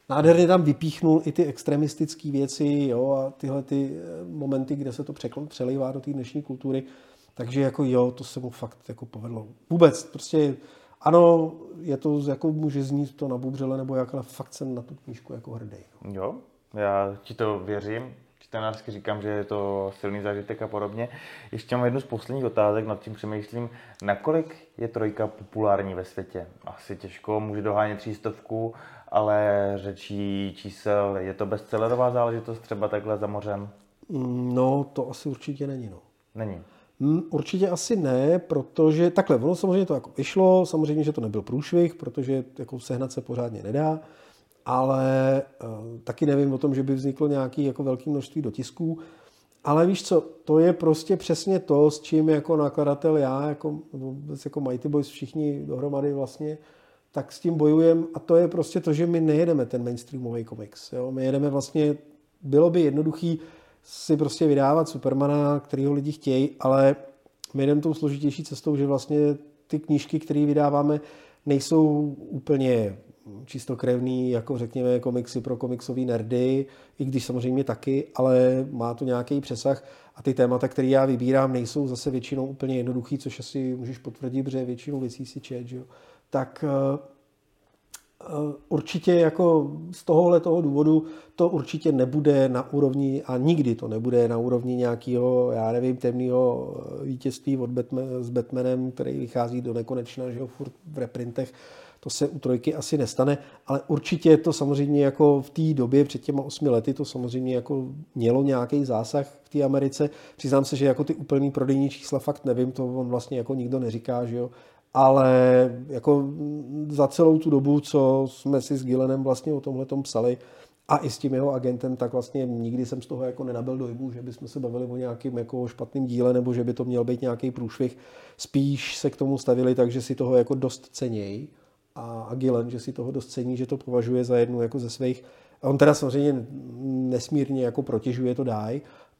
Nádherně tam vypíchnul i ty extremistické věci, jo, a tyhle ty momenty, kde se to přelejvá do té dnešní kultury. Takže jako jo, to se mu fakt jako povedlo. Vůbec, prostě ano, je to, jako může znít to nabubřele nebo jak, ale fakt jsem na tu knížku jako hrdý. Jo, já ti to věřím. Čtenářsky říkám, že je to silný zážitek a podobně. Ještě mám jednu z posledních otázek, nad tím přemýšlím, nakolik je trojka populární ve světě. Asi těžko, může dohánět 300, ale řečí čísel, je to bestsellerová záležitost třeba takhle za mořem? No, to asi určitě není, no. Není. Určitě asi ne, protože takhle, ono samozřejmě to jako vyšlo, samozřejmě, že to nebyl průšvih, protože jako sehnat se pořádně nedá, ale taky nevím o tom, že by vzniklo nějaké jako velké množství dotisků, ale víš co, to je prostě přesně to, s čím jako nakladatel já, jako Mighty Boys všichni dohromady vlastně, tak s tím bojujeme a to je prostě to, že my nejedeme ten mainstreamový komiks. Jo? My jedeme vlastně, bylo by jednoduchý si prostě vydávat Supermana, kterýho lidi chtějí, ale my jdeme tou složitější cestou, že vlastně ty knížky, které vydáváme, nejsou úplně čistokrevný, jako řekněme komiksy pro komiksový nerdy, i když samozřejmě taky, ale má to nějaký přesah a ty témata, které já vybírám, nejsou zase většinou úplně jednoduchý, což asi můžeš potvrdit, protože většinou věcí si čet, že jo. Tak určitě jako z toho důvodu to určitě nebude na úrovni a nikdy to nebude na úrovni nějakého, já nevím, temného vítězství s Batmanem, který vychází do nekonečna, že jo, furt v reprintech. To se u trojky asi nestane, ale určitě to samozřejmě jako v té době, před těma 8 lety, to samozřejmě jako mělo nějaký zásah v té Americe. Přiznám se, že jako ty úplný prodejní čísla fakt nevím, to on vlastně jako nikdo neříká, že jo. Ale jako za celou tu dobu, co jsme si s Gillanem vlastně o tomhletom psali a i s tím jeho agentem, tak vlastně nikdy jsem z toho jako nenabil dojmu, že bychom se bavili o nějakým jako špatným díle nebo že by to měl být nějaký průšvih. Spíš se k tomu stavili tak, že si toho jako dost cenějí. A Gillen, že si toho dost cení, že to považuje za jednu jako ze svých. A on teda samozřejmě nesmírně jako protěžuje to Daj,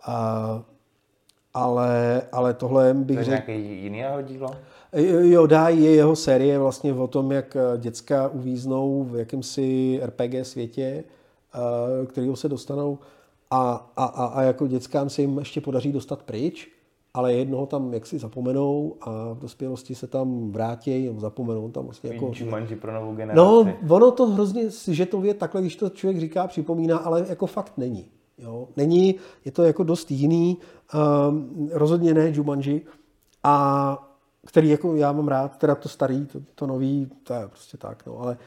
ale tohle bych řekl... To je nějaký jiný jeho dílo? Jo, Daj je jeho série vlastně o tom, jak děcka uvíznou v jakýmsi RPG světě, kterého se dostanou a jako dětskám se jim ještě podaří dostat pryč, ale jednoho tam jaksi zapomenou a v dospělosti se tam vrátí, zapomenou tam vlastně jako... Jumanji pro novou generaci. No, ono to hrozně sižetově takhle, když to člověk říká, připomíná, ale jako fakt není. Jo? Není, je to jako dost jiný, rozhodně ne Jumanji, a který jako já mám rád, teda to starý, to nový, to je prostě tak, no, ale...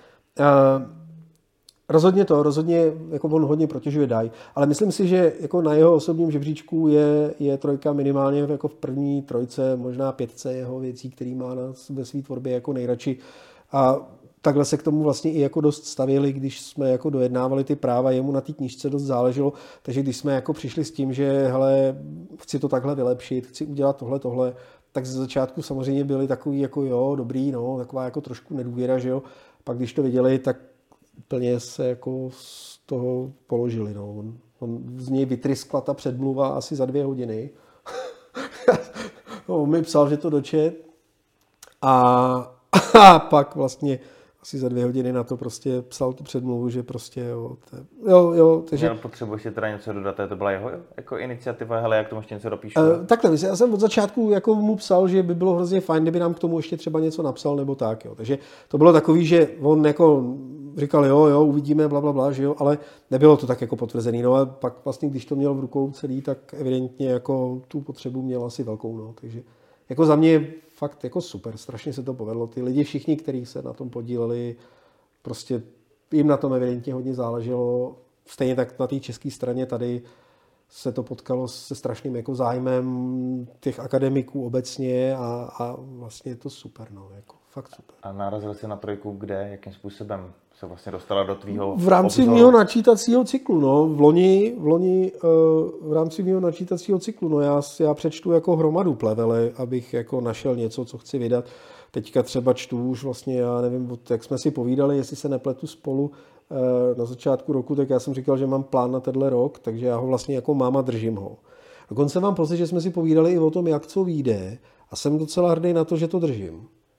Rozhodně jako on hodně protěžuje Daj, ale myslím si, že jako na jeho osobním žebříčku je trojka minimálně jako v první trojce, možná 5 jeho věcí, který má ve své tvorbě jako nejradši. A takhle se k tomu vlastně i jako dost stavili, když jsme jako dojednávali ty práva, jemu na té knížce dost záleželo, takže když jsme jako přišli s tím, že hele, chci to takhle vylepšit, chci udělat tohle, tak ze začátku samozřejmě byli takový jako jo, dobrý, no, taková jako trošku nedůvěra, že jo. Pak když to viděli, tak úplně se jako z toho položili. No. On z něj vytryskla ta předmluva asi za 2 hodiny. On mi psal, že to dočet a pak vlastně asi za 2 hodiny na to prostě psal tu předmluvu, že prostě jo. Takže... Já potřebuji ještě teda něco dodat, to byla jeho jako iniciativa, hele, jak tomu ještě něco dopíšu? Takhle, já jsem od začátku jako mu psal, že by bylo hrozně fajn, kdyby nám k tomu ještě třeba něco napsal nebo tak, jo. Takže to bylo takový, že on jako říkal jo, uvidíme, blablabla, že jo, ale nebylo to tak jako potvrzený, no a pak vlastně, když to měl v rukou celý, tak evidentně jako tu potřebu měl asi velkou, no, takže jako za mě fakt jako super, strašně se to povedlo, ty lidi všichni, kteří se na tom podíleli, prostě jim na tom evidentně hodně záleželo, stejně tak na té české straně tady se to potkalo se strašným jako zájmem těch akademiků obecně a vlastně je to super, no, jako fakt super. A narazil jsi na trojku kde, jakým způsobem se vlastně dostala do tvýho v rámci obzoru? mého načítacího cyklu, no, v loni v rámci mého načítacího cyklu, no, já přečtu jako hromadu plevele, abych jako našel něco, co chci vydat. Teďka třeba čtu už vlastně, já nevím, jak jsme si povídali, jestli se nepletu spolu na začátku roku, tak já jsem říkal, že mám plán na tenhle rok, takže já ho vlastně jako mám a držím ho. Dokonce mám pocit, že jsme si povídali i o tom, jak co vyjde a jsem docela hrdý na to, že to držím.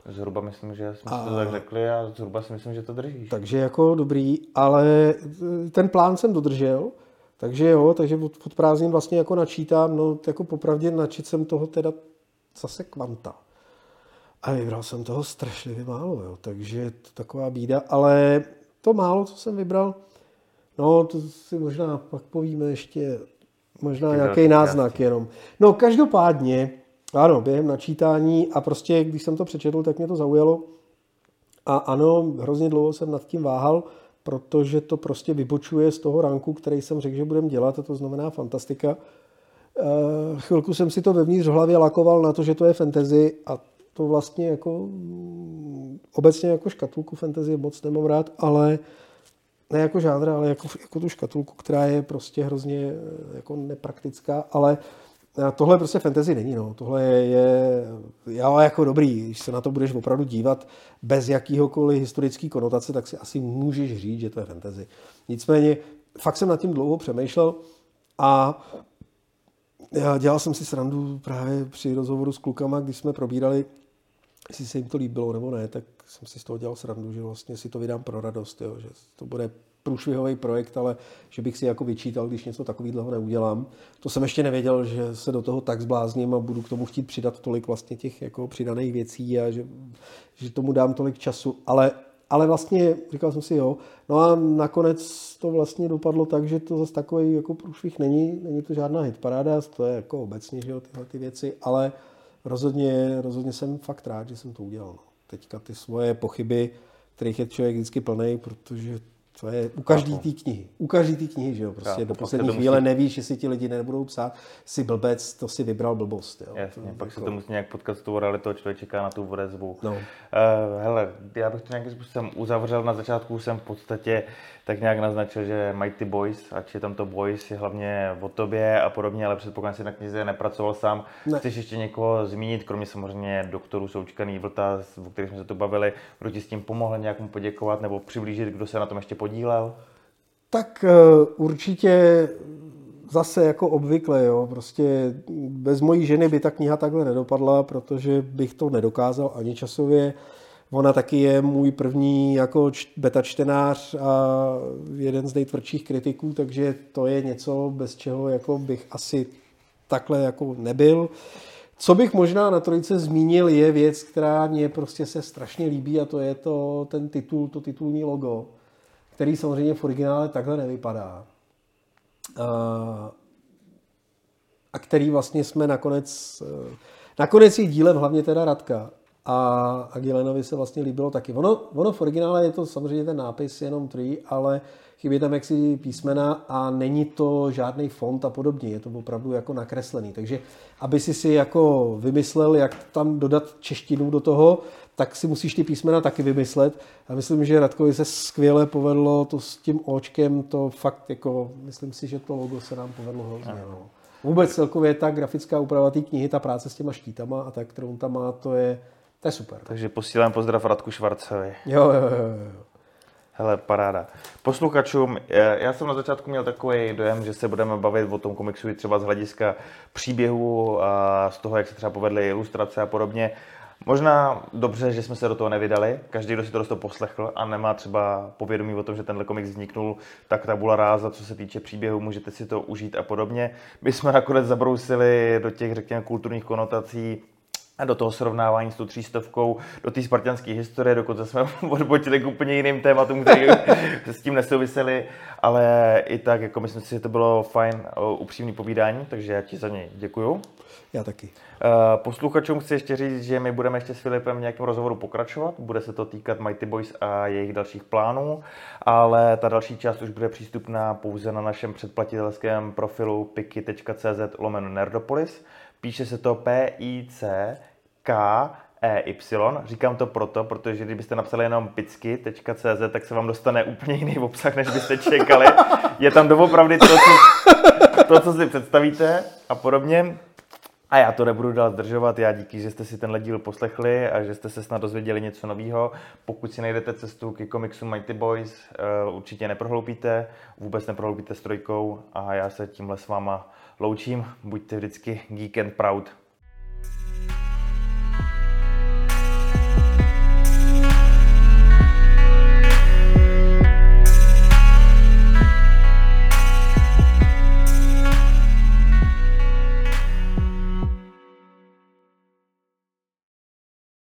Zhruba myslím, že jsme si to tak řekli a zhruba si myslím, že to držíš. Takže jako dobrý, ale ten plán jsem dodržel, takže jo, takže od prázdnin vlastně jako načítám, no jako popravdě načít jsem toho teda zase kvanta. A vybral jsem toho strašlivě málo, jo, takže to taková bída, ale to málo, co jsem vybral, no to si možná pak povíme ještě, možná nějaký náznak jenom. No každopádně, ano, během načítání a prostě, když jsem to přečetl, tak mě to zaujalo. A ano, hrozně dlouho jsem nad tím váhal, protože to prostě vybočuje z toho ranku, který jsem řekl, že budem dělat, a to znamená fantastika. Chvilku jsem si to vevnitř v hlavě lakoval na to, že to je fantasy a to vlastně jako obecně jako škatulku fantasy moc nemám rád, ale ne jako žánr, ale jako tu škatulku, která je prostě hrozně jako nepraktická, ale tohle prostě fantasy není, no. Tohle je jako dobrý, když se na to budeš opravdu dívat bez jakýhokoliv historický konotace, tak si asi můžeš říct, že to je fantasy. Nicméně, fakt jsem nad tím dlouho přemýšlel a dělal jsem si srandu právě při rozhovoru s klukama, když jsme probírali, jestli se jim to líbilo nebo ne, tak jsem si z toho dělal srandu, že vlastně si to vydám pro radost, jo, že to bude průšvihový projekt, ale že bych si jako vyčítal, když něco takového neudělám. To jsem ještě nevěděl, že se do toho tak zblázním a budu k tomu chtít přidat tolik vlastně těch jako přidaných věcí a že tomu dám tolik času, ale vlastně říkal jsem si jo. No a nakonec to vlastně dopadlo tak, že to zase takový jako průšvih není to žádná hitparáda, to je jako obecně, že jo, tyhle ty věci, ale rozhodně jsem fakt rád, že jsem to udělal. No. Teďka ty svoje pochyby, kterých je člověk vždycky plnej, protože to je u každý té knihy, že jo, prostě do poslední chvíle nevíš, jestli ti lidi nebudou psát, si blbec, to si vybral blbost, jo. Jasně, pak se to musí nějak potkat s tou realitou, člověk čeká na tu odezvu. No. Hele, já bych to nějakým způsobem uzavřel, na začátku jsem v podstatě tak nějak naznačil, že Mighty Boys, ať je tam to Boys, je hlavně o tobě a podobně, ale předpokládám, že si na knize nepracoval sám. Ne. Chceš ještě někoho zmínit, kromě samozřejmě doktorů Součkaný, Vlta, o kterých jsme se tu bavili, kdo ti s tím pomohl, nějak mu poděkovat nebo přiblížit, kdo se na tom ještě podílel? Tak určitě zase jako obvykle, jo, prostě bez mojí ženy by ta kniha takhle nedopadla, protože bych to nedokázal ani časově. Ona taky je můj první jako beta čtenář a jeden z nejtvrdších kritiků, takže to je něco, bez čeho jako bych asi takhle jako nebyl. Co bych možná na trojice zmínil, je věc, která mě prostě se strašně líbí a to je ten titul, to titulní logo, který samozřejmě v originále takhle nevypadá. A který vlastně jsme nakonec je dílem hlavně teda Radka. A Gilenovi se vlastně líbilo taky. Ono v originále je to samozřejmě ten nápis jenom 3, ale chybí tam jaksi písmena a není to žádný font a podobně. Je to opravdu jako nakreslený. Takže aby si jako vymyslel, jak tam dodat češtinu do toho, tak si musíš ty písmena taky vymyslet. A myslím, že Radkovi se skvěle povedlo to s tím očkem, to fakt jako, myslím si, že to logo se nám povedlo hrozně. No. Vůbec celkově ta grafická úprava té knihy, ta práce s těma štítama a tak, kterou on tam má, to je super. Takže posílám pozdrav Radku Švarcovi. Jo. Hele, paráda. Posluchačům, já jsem na začátku měl takový dojem, že se budeme bavit o tom komiksu i třeba z hlediska příběhu a z toho, jak se třeba povedly ilustrace a podobně. Možná dobře, že jsme se do toho nevydali, každý, kdo si to dost poslechl a nemá třeba povědomí o tom, že tenhle komiks vzniknul, tak tabula ráza, co se týče příběhu, můžete si to užít a podobně. My jsme nakonec zabrousili do těch, řekněme, kulturních konotací a do toho srovnávání s tou 300, do té spartanské historie, dokonce jsme odbočili k úplně jiným tématům, které s tím nesouvisely, ale i tak, jako myslím si, že to bylo fajn, upřímný povídání, takže já ti za něj děkuju. Já taky. Posluchačům chci ještě říct, že my budeme ještě s Filipem v nějakém rozhovoru pokračovat, bude se to týkat Mighty Boys a jejich dalších plánů, ale ta další část už bude přístupná pouze na našem předplatitelském profilu piki.cz/nerdopolis. Píše se to PICKEY. Říkám to proto, protože kdybyste napsali jenom picky.cz, tak se vám dostane úplně jiný obsah, než byste čekali. Je tam doopravdy to, co si představíte a podobně. A já to nebudu dál zdržovat, já díky, že jste si tenhle díl poslechli a že jste se snad dozvěděli něco nového. Pokud si najdete cestu k komiksu Mighty Boys, určitě neprohloupíte, vůbec neprohloupíte s 3 a já se tímhle s váma loučím. Buďte vždycky geek and proud.